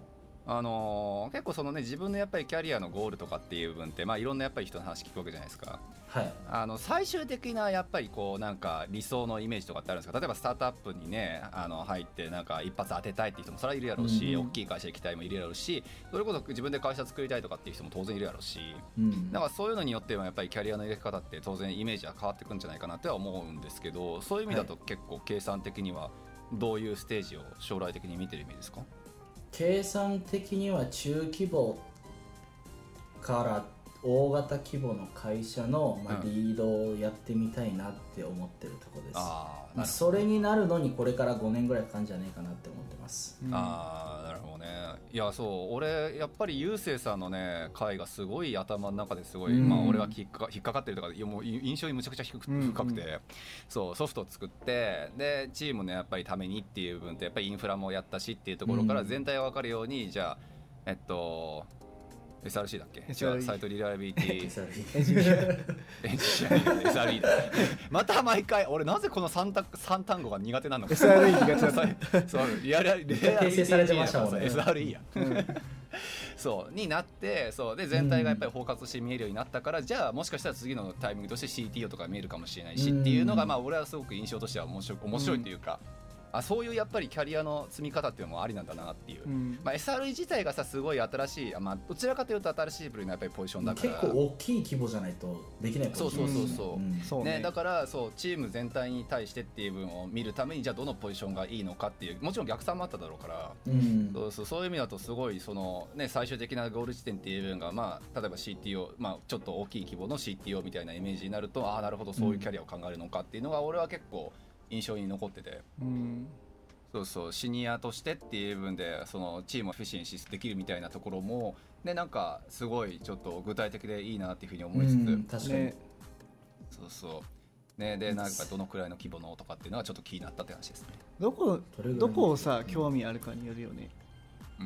あのー、結構そのね自分のやっぱりキャリアのゴールとかっていう部分って、まあ、いろんなやっぱり人の話聞くわけじゃないですか。 はい、 あの最終的なやっぱりこうなんか理想のイメージとかってあるんですか。例えばスタートアップにねあの入ってなんか一発当てたいっていう人もそれはいるやろうし、うんうん、大きい会社行きたいもいるやろうし、それこそ自分で会社作りたいとかっていう人も当然いるやろうし、うん、だからそういうのによってはやっぱりキャリアの入れ方って当然イメージは変わってくるんじゃないかなっては思うんですけど、そういう意味だと結構計算的にはどういうステージを将来的に見てる意味ですか。 計算的には中規模から大型規模の会社の、まあ、リードをやってみたいなって思ってるところです、うん、あまあ、それになるのにこれからごねんぐらいかかるんじゃないかなって思ってます、 うん、ああなるほどね。いやそう俺やっぱりゆうせいさんのね回がすごい頭の中ですごい、うん、まあ俺は引っか引っかかってるとかもう印象にむちゃくちゃ深くて、うんうん、そうソフトを作ってでチームのやっぱりためにっていう部分とやっぱりインフラもやったしっていうところから全体が分かるように、うん、じゃあえっとエスアールシー だっけ？違うサイトリライビリティエスアールイー エンジニアエンジニア エスアールイー だまた毎回俺なぜこの 3, 単さん単語が苦手なのかエスアールイー 苦手だそうリアルリアル訂正されてましたもんねエスアールイー や、うん、そうになってそうで全体がやっぱり包括して見えるようになったから、うん、じゃあもしかしたら次のタイミングとして シーティーオー とか見えるかもしれないし、うん、っていうのがまあ俺はすごく印象としては面白い、面白いというか、うん、あそういうやっぱりキャリアの積み方っていうのもありなんだなっていう、うんまあ、エスアールイー 自体がさすごい新しい、まあ、どちらかというと新しい部類のやっぱりポジションだから結構大きい規模じゃないとできないポジションそうそうそうそう、うんそうねね、だからそうチーム全体に対してっていう部分を見るためにじゃあどのポジションがいいのかっていうもちろん逆算もあっただろうから、うん、そうそうそういう意味だとすごいその、ね、最終的なゴール地点っていう部分が、まあ、例えば シーティーオー、まあ、ちょっと大きい規模の シーティーオー みたいなイメージになるとああなるほどそういうキャリアを考えるのかっていうのが俺は結構印象に残ってて、うんそうそうシニアとしてっていう部分でそのチームをエフィシエンシーできるみたいなところもでなんかすごいちょっと具体的でいいなっていうふうに思いつつ、うん、 確かに、ね、 そうそうねでなんかどのくらいの規模のとかっていうのはちょっと気になったって話ですね。 どこどこをさ興味あるかによるよね。うん、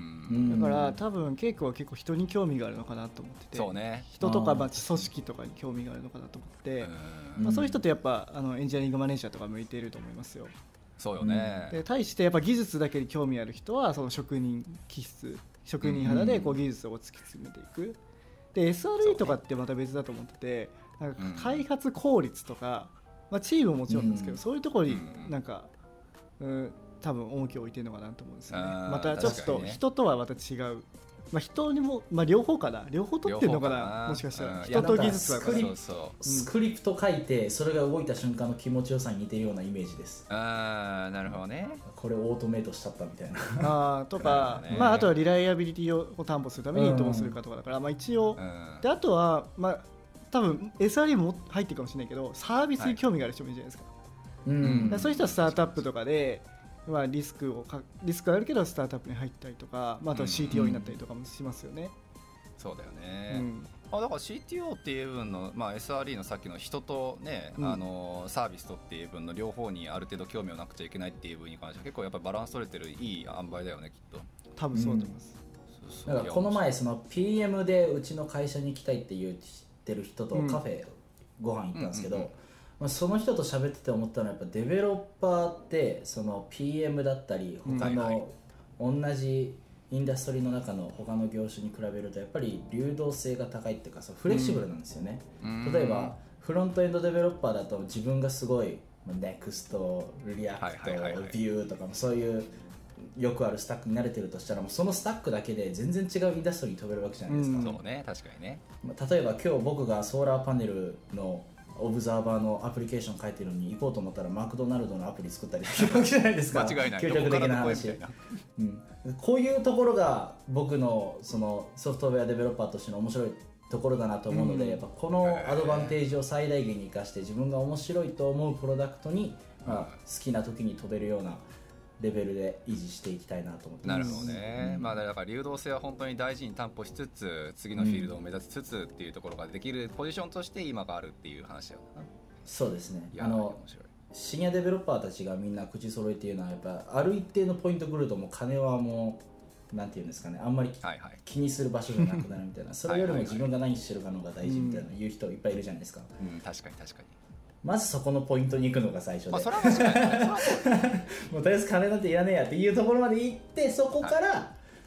だから多分ケイ君は結構人に興味があるのかなと思っててそう、ね、 人とかまあ組織とかに興味があるのかなと思って、まあ、そういう人ってやっぱあのエンジニアリングマネージャーとか向いていると思いますよ。 そうよね、 で対してやっぱ技術だけに興味ある人はその職人気質職人肌でこう技術を突き詰めていく。で エスアールイー とかってまた別だと思っててなんか開発効率とか、まあ、チームももちろんですけど、うん、そういうところになんか、うん、多分重きを置いてるのかなと思うんですよね。またちょっと人とはまた違う、まあ、人にも、まあ、両方かな両方取ってるのか な, かなもしかしたら、うん、人と技術だからスク, スクリプト書いてそれが動いた瞬間の気持ちよさに似てるようなイメージです。 あーなるほどね。 これオートメイトしちゃったみたいなあとか、ねまあ、あとはリライアビリティを担保するためにどうするかとかだから、うんまあ、一応、うん、であとは、まあ、多分 エスアールイー も入ってるかもしれないけどサービスに興味がある人もいるじゃないですか、はいうん、そういう人はスタートアップとかでまあ、リスクをかリスクあるけどスタートアップに入ったりとか、まあ、あとは シーティーオー になったりとかもしますよね、うん、 そうだよね、うん、あだから シーティーオー っていう部分の、まあ、エスアールイー のさっきの人と、ねうん、あのサービスとっていう部分の両方にある程度興味をなくちゃいけないっていう部分に関しては結構やっぱりバランス取れてるいい塩梅だよねきっと。 多分そうだと思います、 うん、そうそうだからこの前その ピーエム でうちの会社に行きたいって言ってる人とカフェご飯行ったんですけど、うんうんうんうんまあ、その人と喋ってて思ったのはやっぱデベロッパーってその ピーエム だったり他の同じインダストリーの中の他の業種に比べるとやっぱり流動性が高いっていうかそうフレキシブルなんですよね、うん、例えばフロントエンドデベロッパーだと自分がすごい ネクスト、リアクト、ビューとかもそういうよくあるスタックに慣れてるとしたらもうそのスタックだけで全然違うインダストリーに飛べるわけじゃないですか、 うん、そうね確かにね。 例えば今日僕がソーラーパネルのオブザーバーのアプリケーション書いてるのに行こうと思ったらマクドナルドのアプリ作ったりするわけじゃないですか間違いない究極的な話な、うん、こういうところが僕のそのソフトウェアデベロッパーとしての面白いところだなと思うので、うん、やっぱこのアドバンテージを最大限に生かして自分が面白いと思うプロダクトに、まあ、好きな時に飛べるようなレベルで維持していきたいなと思ってます。 なるほどね、うんまあ、だから流動性は本当に大事に担保しつつ次のフィールドを目指しつつっていうところができるポジションとして今があるっていう話だよな。 そうですね。あのシニアデベロッパーたちがみんな口揃えていうのはやっぱある一定のポイントくるともう金はもうなんていうんですかねあんまり、はいはい、気にする場所がなくなるみたいなそれよりも自分が何してるかの方が大事みたいな言う人いっぱいいるじゃないですか、 うんうん、確かに確かにまずそこのポイントに行くのが最初で、 まあ、それは確かにもうとりあえず金なんていらねえやっていうところまで行ってそこから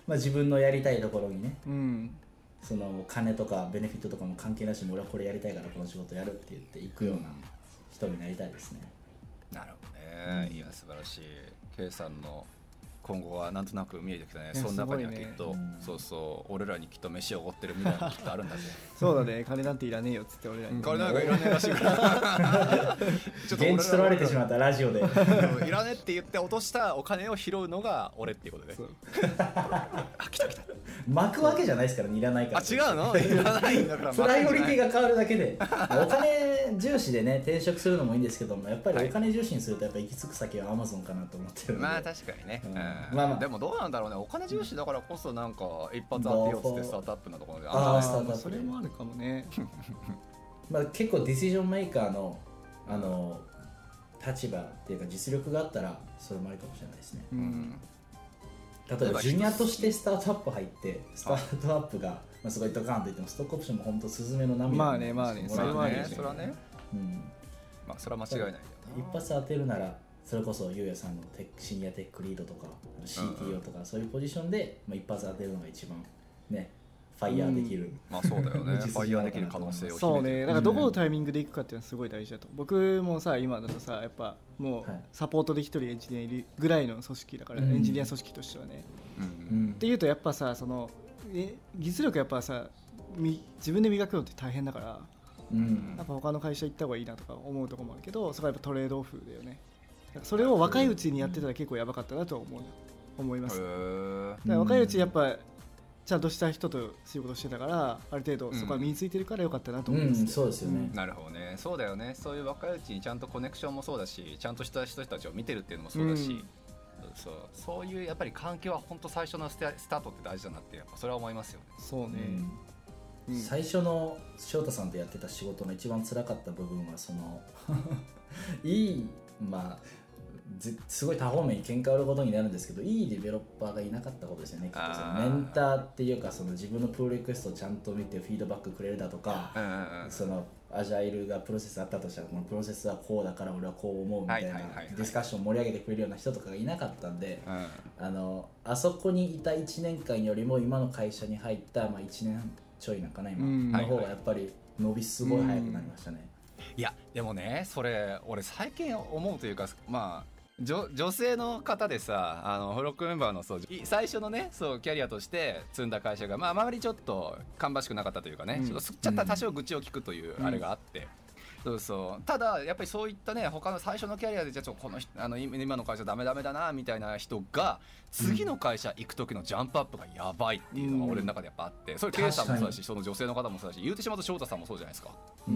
まあ自分のやりたいところにね、 うん、 その金とかベネフィットとかも関係なしに俺はこれやりたいからこの仕事やるって言っていくような人になりたいですね。 なるほどね、うん、いや素晴らしい。 K さんの今後はなんとなく見えてきたね。その中にはきっと、ね、そうそう俺らにきっと飯をおごってる未来もきっとあるんだぜそうだね、金なんていらねえよっつって俺らに、 金なんかいらねえらしいからちょっと現地取られてしまったラジオでいらねえって言って落としたお金を拾うのが俺っていうことであ、来た来た巻くわけじゃないですからね、いらないから。 あ、違うの、いらないんだからプライオリティが変わるだけでお金重視でね転職するのもいいんですけども、やっぱりお金重視にするとやっぱ行き着く先はアマゾンかなと思ってるので、 まあ確かにね、うん、 まあまあ、 でもどうなんだろうね、お金重視だからこそなんか一発当てようっつってスタートアップなところで、 ああスタートアップそれもあるかもねまあ結構ディシジョンメーカーのあの立場っていうか実力があったらそれもありかもしれないですね、うん、例えばジュニアとしてスタートアップ入ってスタートアップが、まあ、すごいドカーンといってもストックオプションも本当スズメの涙まあねまあねそれはねそれはね、うん、まあそれは間違いないよ一発当てるならそれこそゆうやさんのテックシニアテックリードとか シーティーオー とかそういうポジションで、まあ、一発当てるのが一番ねファイヤーできる、うん、 まあそうだよねファイヤーできる可能性をそうね、だからどこのタイミングでいくかっていうのはすごい大事だと、うん、僕もさ今だとさやっぱもうサポートで一人エンジニアいるぐらいの組織だから、うん、エンジニア組織としてはね、うん、っていうとやっぱさそのえ技術力やっぱさみ自分で磨くのって大変だから、うん、やっぱ他の会社行った方がいいなとか思うところもあるけど、そこはやっぱトレードオフだよね。それを若いうちにやってたら結構やばかったなと思う思います。だから若いうちやっぱちゃんとした人と仕事してたからある程度そこは身についてるからよかったなと思います、 うんうん、そうですよね、 なるほどね、そうだよね、そういう若いうちにちゃんとコネクションもそうだしちゃんとした人たちを見てるっていうのもそうだし、うん、そう、そういうやっぱり環境は本当最初のスタートって大事だなってやっぱそれは思いますよね。 そうね、 うんうん、最初の翔太さんとやってた仕事の一番辛かった部分はそのいいまあすごい多方面に喧嘩売ることになるんですけど、いいデベロッパーがいなかったことですよね。きっとそのメンターっていうかその自分のプロリクエストをちゃんと見てフィードバックくれるだとか、そのアジャイルがプロセスあったとしたらこのプロセスはこうだから俺はこう思うみたいなディスカッションを盛り上げてくれるような人とかがいなかったんで、あのあそこにいたいちねんかんよりも今の会社に入ったまあいちねんちょいなんかな今の方がやっぱり伸びすごい早くなりましたね。 いやでもねそれ俺最近思うというかまあ女, 女性の方でさあのフロックメンバーのそう最初のねそうキャリアとして積んだ会社がまあ周りちょっと芳しくなかったというかね、うん、ちょっと吸っちゃった多少愚痴を聞くというあれがあって、うん、そうそうただやっぱりそういったね他の最初のキャリアでじゃあちょっとこのあの今の会社ダメダメだなみたいな人が次の会社行く時のジャンプアップがやばいっていうのが俺の中でやっぱあって、それ K さんもそうだしその女性の方もそうだし言うてしまうと翔太さんもそうじゃないですか、うん、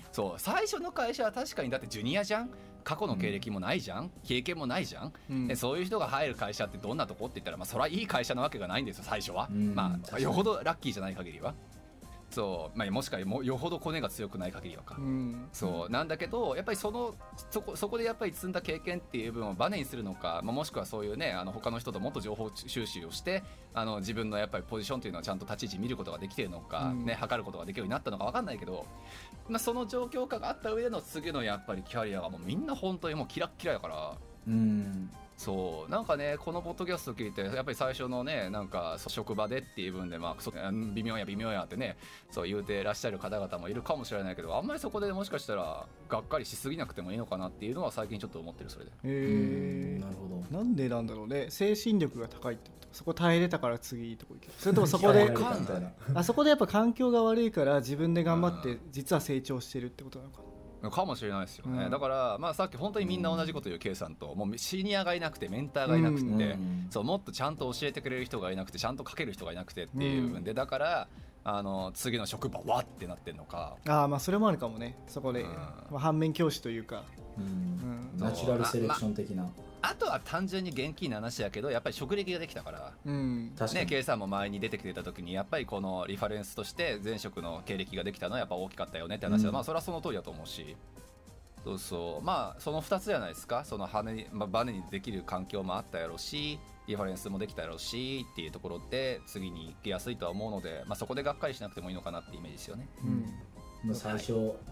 そう最初の会社は確かにだってジュニアじゃん、過去の経歴もないじゃん、うん、経験もないじゃん、うん、でそういう人が入る会社ってどんなとこって言ったら、まあ、それはいい会社なわけがないんですよ最初は、うん、まあよほどラッキーじゃない限りはそう、まあ、もしかもよほどコネが強くない限りはか、うん、そうなんだけどやっぱりそのそこそこでやっぱり積んだ経験っていう部分をバネにするのか、まあ、もしくはそういうねあの他の人ともっと情報収集をしてあの自分のやっぱりポジションっていうのはちゃんと立ち位置見ることができているのか、うん、ね測ることができるようになったのか分かんないけど、まあ、その状況下があった上での次のやっぱりキャリアがもうみんな本当にもうキラッキラやから、うんそうなんかねこのポッドキャスト聞いてやっぱり最初のねなんか職場でっていう分でまあそ微妙や微妙やってねそう言うてらっしゃる方々もいるかもしれないけど、あんまりそこでもしかしたらがっかりしすぎなくてもいいのかなっていうのは最近ちょっと思ってる。それでへえなるほど。なんでなんだろうね、精神力が高いってこと、そこ耐えれたから次いいとこ行ける、それともそこであそこでやっぱ環境が悪いから自分で頑張って実は成長してるってことなのかなかもしれないですよね、うん、だから、まあ、さっき本当にみんな同じこと言う K さんと、もうシニアがいなくてメンターがいなくて、うん、そうもっとちゃんと教えてくれる人がいなくてちゃんと書ける人がいなくてっていう部分で、だからあの次の職場はってなってるのか、 あまあそれもあるかもね、そこで、うんまあ、反面教師というか、 うんうん、ナチュラルセレクション的な、 あとは単純に現金の話やけどやっぱり職歴ができたから、うんね、K さんも前に出てきてた時にやっぱりこのリファレンスとして前職の経歴ができたのはやっぱ大きかったよねって話は、うん、まあそれはその通りだと思うし、そうそうまあそのふたつじゃないですか、その羽に、まあ、バネにできる環境もあったやろうしリファレンスもできたやろうしっていうところで次に行きやすいとは思うので、まあ、そこでがっかりしなくてもいいのかなってイメージですよね、 うん、最初、はい、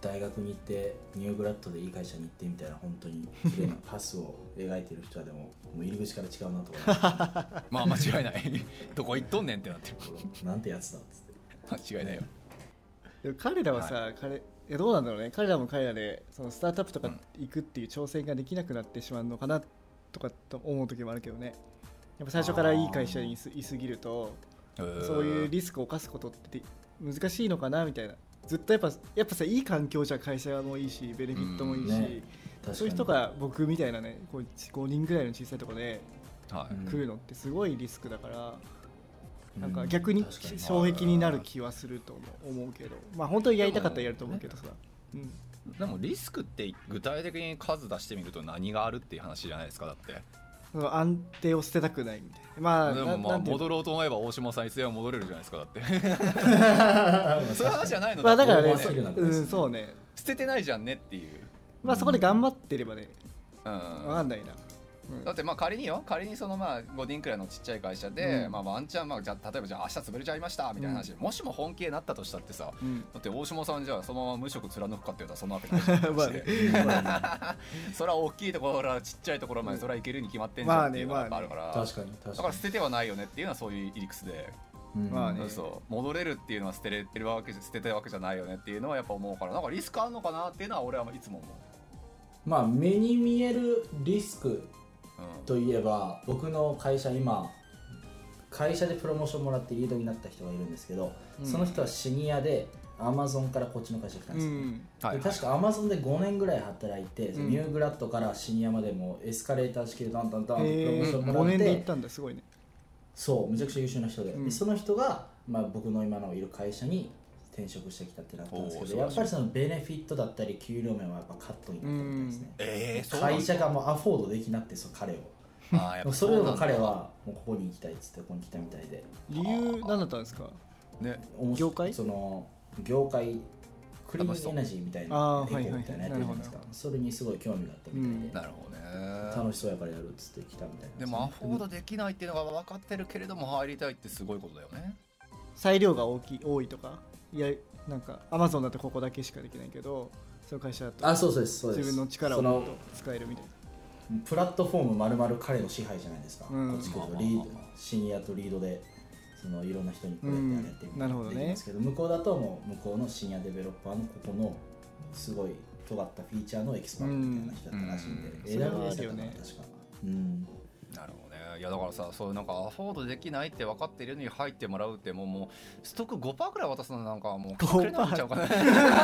大学に行ってニューグラッドでいい会社に行ってみたいな本当に綺麗なパスを描いてる人はでももう入り口から違うなと思いますまあ間違いないどこ行っとんねんってなってるなんてやつだっつって間違いないよ。 でも彼らはさ、はい、彼いやどうなんだろうね、彼らも彼らでそのスタートアップとか行くっていう挑戦ができなくなってしまうのかなとかと思う時もあるけどね。やっぱ最初からいい会社にいすぎるとそういうリスクを冒すことって難しいのかなみたいな。ずっとやっぱやっぱさいい環境じゃ会社もいいしベネフィットもいいし、ね、そういう人が僕みたいなねこうごにんぐらいの小さいところで来るのってすごいリスクだから、うん、なんか逆に障壁になる気はすると思うけど、まあ本当にやりたかったらやると思うけどさ、うん、 でもリスクって具体的に数出してみると何があるっていう話じゃないですか。だって安定を捨てたくないみたいな。まあ、 でもまあ戻ろうと思えば大島さんいつでも戻れるじゃないですか。だってそういう話じゃないの。 まあだからね、うん、そうね、 捨ててないじゃんねっていう。 まあそこで頑張ってればね、 うん、 分かんないな。 うん、だってまあ仮によ仮にそのまあごにんくらいのちっちゃい会社で、うん、まあワンチャンまあじゃ例えばじゃあ明日潰れちゃいましたみたいな話、うん、もしも本気になったとしたってさ、うん、だって大下さんじゃあそのまま無職貫くかって言うとそんなわけないじゃんまあ、ね、それは大きいところからちっちゃいところまでそれはいけるに決まってんじゃんっていうのがあるから、まあねまあね、 確かに確かにだから捨ててはないよねっていうのはそういう理屈で、うん、まあね、そう戻れるっていうのは捨てれてるわけ捨ててるわけじゃないよねっていうのはやっぱ思うから、なんかリスクあるのかなっていうのは俺はいつも思う。 まあ目に見えるリスクといえば、うん、僕の会社今会社でプロモーションもらってリードになった人がいるんですけど、うん、その人はシニアでアマゾンからこっちの会社来たんですよ、うんはい、で確かアマゾンでごねんぐらい働いて、うん、ニューグラッドからシニアまでもエスカレーター式でダンダンダンとプロモーションもらって、えー、ごねんで行ったんだ、すごいね。そうむちゃくちゃ優秀な人で、うん、でその人が、まあ、僕の今のいる会社に転職してきたってなったんですけど、やっぱりそのベネフィットだったり給料面はやっぱカットになったみたいですね、えー、会社がもうアフォードできなくてそ彼をあやっそれでも彼はもうここに行きたいっつってここに来たみたいで。 理由何だったんですかね。業界その業界クリーンエナジーみたいなエコみたいなやってるじゃないですか。それにすごい興味があったみたいで、うん、なるほどね、楽しそうやからやるっつって来たみたいな。 でもアフォードできないっていうのが分かってるけれども入りたいってすごいことだよね。 裁量が大きい多いとか、いやなんかアマゾンだとここだけしかできないけど、そういう会社だとあそうですそうです自分の力をもっと使えるみたいな。 プラットフォームまるまる彼の支配じゃないですか、うん、こっち来るとリードシニアとリードでそのいろんな人にこれやってやってみたいなできますけど、うん、向こうだともう向こうのシニアデベロッパーのここのすごい尖ったフィーチャーのエキスパートみたいな人だったらしいんで、うん、エーダブリューエス だったかな確か、うん、 なるほどね。いやだからさ、そうなんかアフォードできないって分かっているのに入ってもらうってもうもうストック ごパーセント くらい渡すのなんかもう隠れないんちゃうかね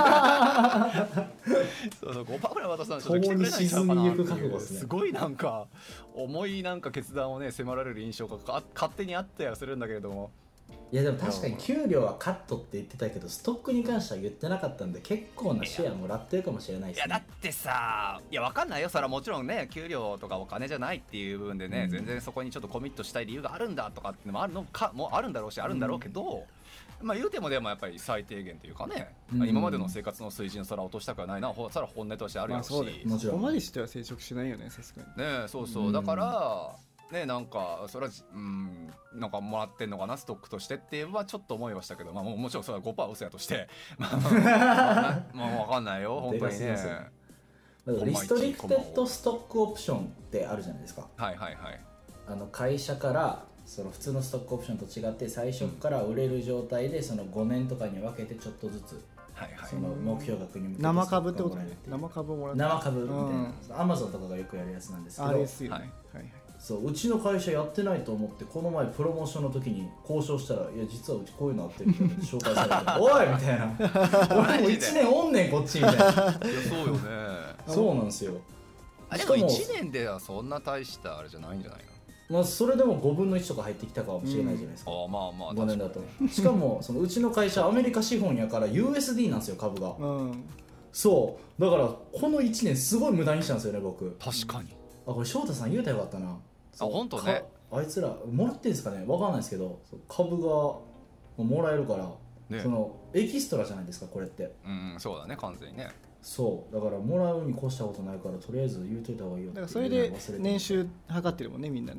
そうそう ごパーセント くらい渡すのちょっと来てくれないんちゃうかなっていう、すごいなんか重いなんか決断をね迫られる印象がか勝手にあったりはするんだけれども、 いやでも確かに給料はカットって言ってたけどストックに関しては言ってなかったんで結構なシェアもらってるかもしれないですね。 いやだってさ、いや分かんないよ、それはもちろんね給料とかお金じゃないっていう部分でね、うん、全然そこにちょっとコミットしたい理由があるんだとかっていうのもあるのかもあるんだろうしあるんだろうけど、うん、まあ言うてもでもやっぱり最低限というかね、うん、今までの生活の水準それは落としたくはないな、それは本音としてあるやし、まあ、そうでもちろんそこまでしては生殖しないよねさすがにね。そうそう、だからね、なんかそれはうんなんかもらってんのかなストックとしてっていうのはちょっと思いましたけど、まあ、も, もちろんそれは ごパーセント 嘘やとしてまあまあ分かんないよ本当にね。 リストリクテッドストックオプションってあるじゃないですか。 はいはいはい。 あの会社からその普通のストックオプションと違って最初から売れる状態でそのごねんとかに分けてちょっとずつその目標額に向けて生株ってことね。生株もらって生株みたいな、アマゾンとかがよくやるやつなんですけど、 あれですよね、はいはい、 そううちの会社やってないと思ってこの前プロモーションの時に交渉したら、いや実はうちこういうのあってみたいな紹介されておいみたいな俺もいちねんおんねんこっちみたいな。いやそうよねそうなんですよ。 あでもいちねんではそんな大したあれじゃないんじゃないの。 まあ、それでもごぶんのいちとか入ってきたかもしれないじゃないですか、うん、あまあまあごねんだとしかもそのうちの会社アメリカ資本やから ユーエスディー なんですよ株が、うん、そうだからこのいちねんすごい無駄にしたんですよね僕。 確かに。 あこれ翔太さん言うたらよかったな。あ本当ね。 あいつらもらってんですかねわかんないですけど株がもらえるから、ね、そのエキストラじゃないですかこれって。 うんそうだね完全にね。 そうだからもらうに越したことないからとりあえず言うといた方がいいよって。 だからそれで年収測ってるもんねみんなね。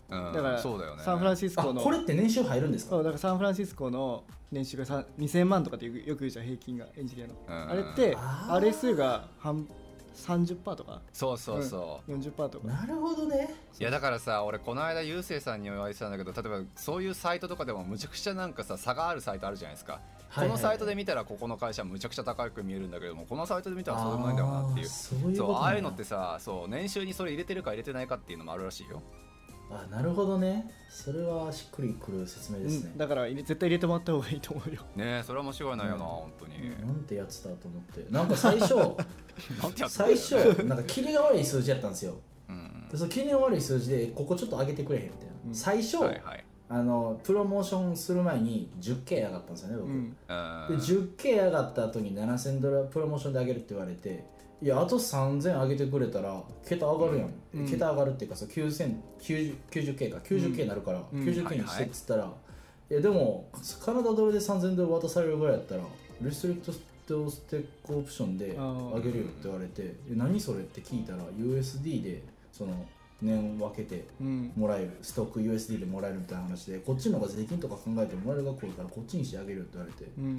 うん、 だからそうだよね、 サンフランシスコのこれって年収入るんですか？ そうだからサンフランシスコの年収がにせんまんとかってよく言うじゃん、平均がエンジニアの、うん、あれって アールエス が半さんじゅっパーセント とかそうそうそう、 うん、よんじゅっパーセント とか。 なるほどね。 いやだからさ、俺この間ゆうせいさんにお会いしたんだけど、例えばそういうサイトとかでもむちゃくちゃなんかさ差があるサイトあるじゃないですか、はいはいはい、このサイトで見たらここの会社むちゃくちゃ高く見えるんだけども、このサイトで見たらそうでもないんだよなっていう、 そういうことね。 そうああいうのってさ、そう年収にそれ入れてるか入れてないかっていうのもあるらしいよ。 あ、なるほどね。それはしっくりくる説明ですね、 うん、だから絶対入れてもらった方がいいと思うよね。えそれは間違いないよな、うん、本当になんてやつだと思って、なんか最初なんてやつ最初なんかキリが悪い数字やったんですよ、うん、でそのキリが悪い数字でここちょっと上げてくれへんみたいな、うん、最初、はいはい、あのプロモーションする前に じゅっケー 上がったんですよね僕、うん、で じゅっケー 上がった後にななせんドルプロモーションで上げるって言われて、いやあとさんぜん上げてくれたら桁上がるやん、うん、桁上がるっていうかさ きゅうせんきゅうじゅっケー か きゅうじゅっケー になるから、うん、きゅうじゅっケー にしてっつったら、はいはい、いやでもカナダドルでさんぜんドル渡されるぐらいやったらリストリクトステックオプションで上げるよって言われて、何それって聞いたら ユーエスディー でその年分けてもらえる、うん、ストック ユーエスディー でもらえるみたいな話で、こっちの方が税金とか考えてもらえる学校からこっちにしてあげるよって言われて、うん、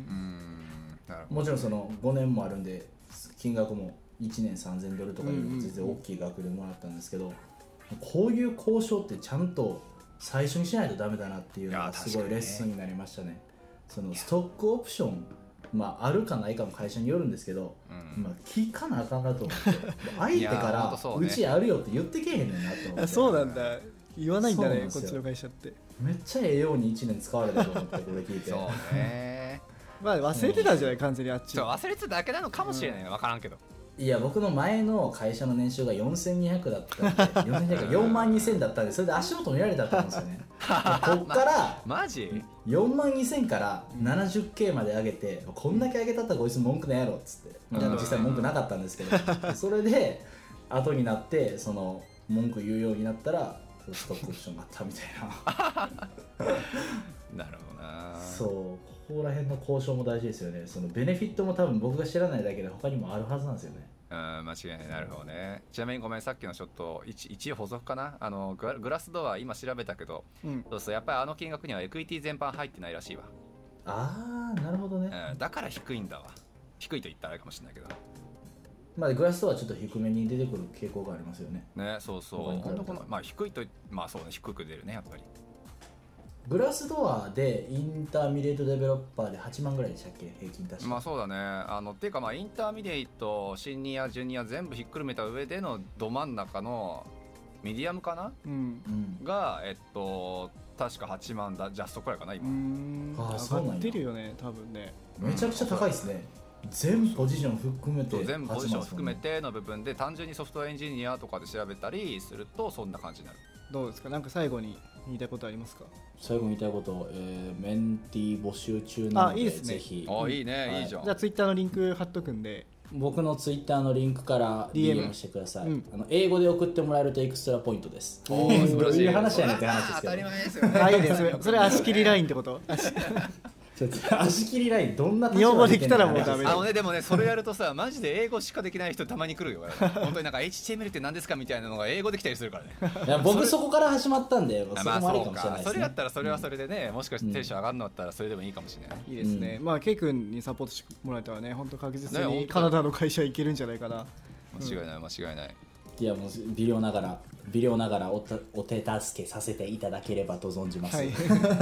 もちろんそのごねんもあるんで金額もいちねんさんぜんドルとかいう全然大きい額でもらったんですけど、こういう交渉ってちゃんと最初にしないとダメだなっていうのがすごいレッスンになりましたね。そのストックオプション、まあ、あるかないかも会社によるんですけど、うん、まあ、聞かなあかんなと思って相手からうちあるよって言ってけえへんねんなと思って。 そうなんだ、言わないんだねこっちの会社って。 めっちゃええようにいちねん使われたと思ってこれ聞いてそうねまあ忘れてたんじゃない、完全にあっち。 そう忘れてただけなのかもしれない、うん、分からんけど。 いや僕の前の会社の年収がよんせんにひゃくだったんでよんせんにひゃくよんまんにせんだったんで、それで足元見られたってことですよねこっからマジよんまんにせんから ななじゅっケー まで上げて、こんだけ上げたったらこいつ文句ねえやろっつって、まあ、実際文句なかったんですけどそれで後になってその文句言うようになったらストックオプションがあったみたいななるほどな。 そうここら辺の交渉も大事ですよね。そのベネフィットも多分僕が知らないだけで他にもあるはずなんですよね。 うん、間違いない。なるほどね。ちなみにごめん、さっきのちょっと一応補足かな、あのグラスドア今調べたけど、うん、そうそうやっぱりあの金額にはエクイティ全般入ってないらしいわ。 ああなるほどね、 うん、だから低いんだわ。低いと言ったらあれかもしれないけど、 まあグラスドアはちょっと低めに出てくる傾向がありますよね。 ね、そうそう本当この、まあ、低いとまあそうね、低く出るねやっぱり。 グラスドアでインターミディエイトデベロッパーではちまんぐらいでしたっけ、平均確か。 まあそうだね。あのっていうかまあインターミディエイト、シニア、ジュニア全部ひっくるめた上でのど真ん中のミディアムかな、うん、がえっと確かはちまんだジャストくらいかな今。うーん、ああそうなんだ。上がってるよね多分ね。 めちゃくちゃ高いですね。全ポジション含めて、 全ポジション含めての部分で単純にソフトウェアエンジニアとかで調べたりするとそんな感じになる。 どうですか、なんか最後に言いたいことありますか？ 最後に言いたいこと、えー、メンティー募集中なので、 あ、いいですね、 ぜひ。 あ、いいね、はい、いいじゃん。 じゃあツイッターのリンク貼っとくんで、 僕のツイッターのリンクから ディーエム してください、うん、あの英語で送ってもらえるとエクストラポイントです。 おー、素晴らしい。 どういう話やねんって話ですけど。 当たり前ですよね。 あ、いいです。それ足切りラインってこと？ 足切りラインどんな日本語できたらもうダメだ。 あのね、でもねそれやるとさマジで英語しかできない人たまに来るよ本当になんか エイチティーエムエル って何ですかみたいなのが英語できたりするからね。 いや僕そこから始まったんで、そこもありかもしれないですね。 それだったらそれはそれでね、もしかしてテンション上がるのだったらそれでもいいかもしれない、 うん、いいですね、うん、まあ K 君にサポートしてもらえたらね本当確実にカナダの会社行けるんじゃないかな。 間違いない間違いない。 いやもう微量ながら微量ながら お, お手助けさせていただければと存じます。はい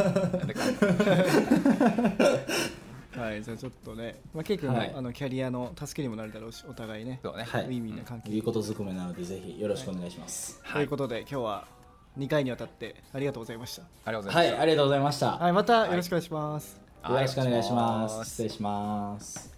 はい、じゃあちょっとね、まあ、ケイ君の、はい、あのキャリアの助けにもなるだろうし、お互いね、 そうね、 はい、ウィンウィンな関係。 いいことずくめなので、ぜひよろしくお願いします。 はい、ということで、今日はにかいにわたってありがとうございました。 ありがとうございました。 はい、ありがとうございました。 はい、またよろしくお願いします。 はい、よろしくお願いします。失礼します。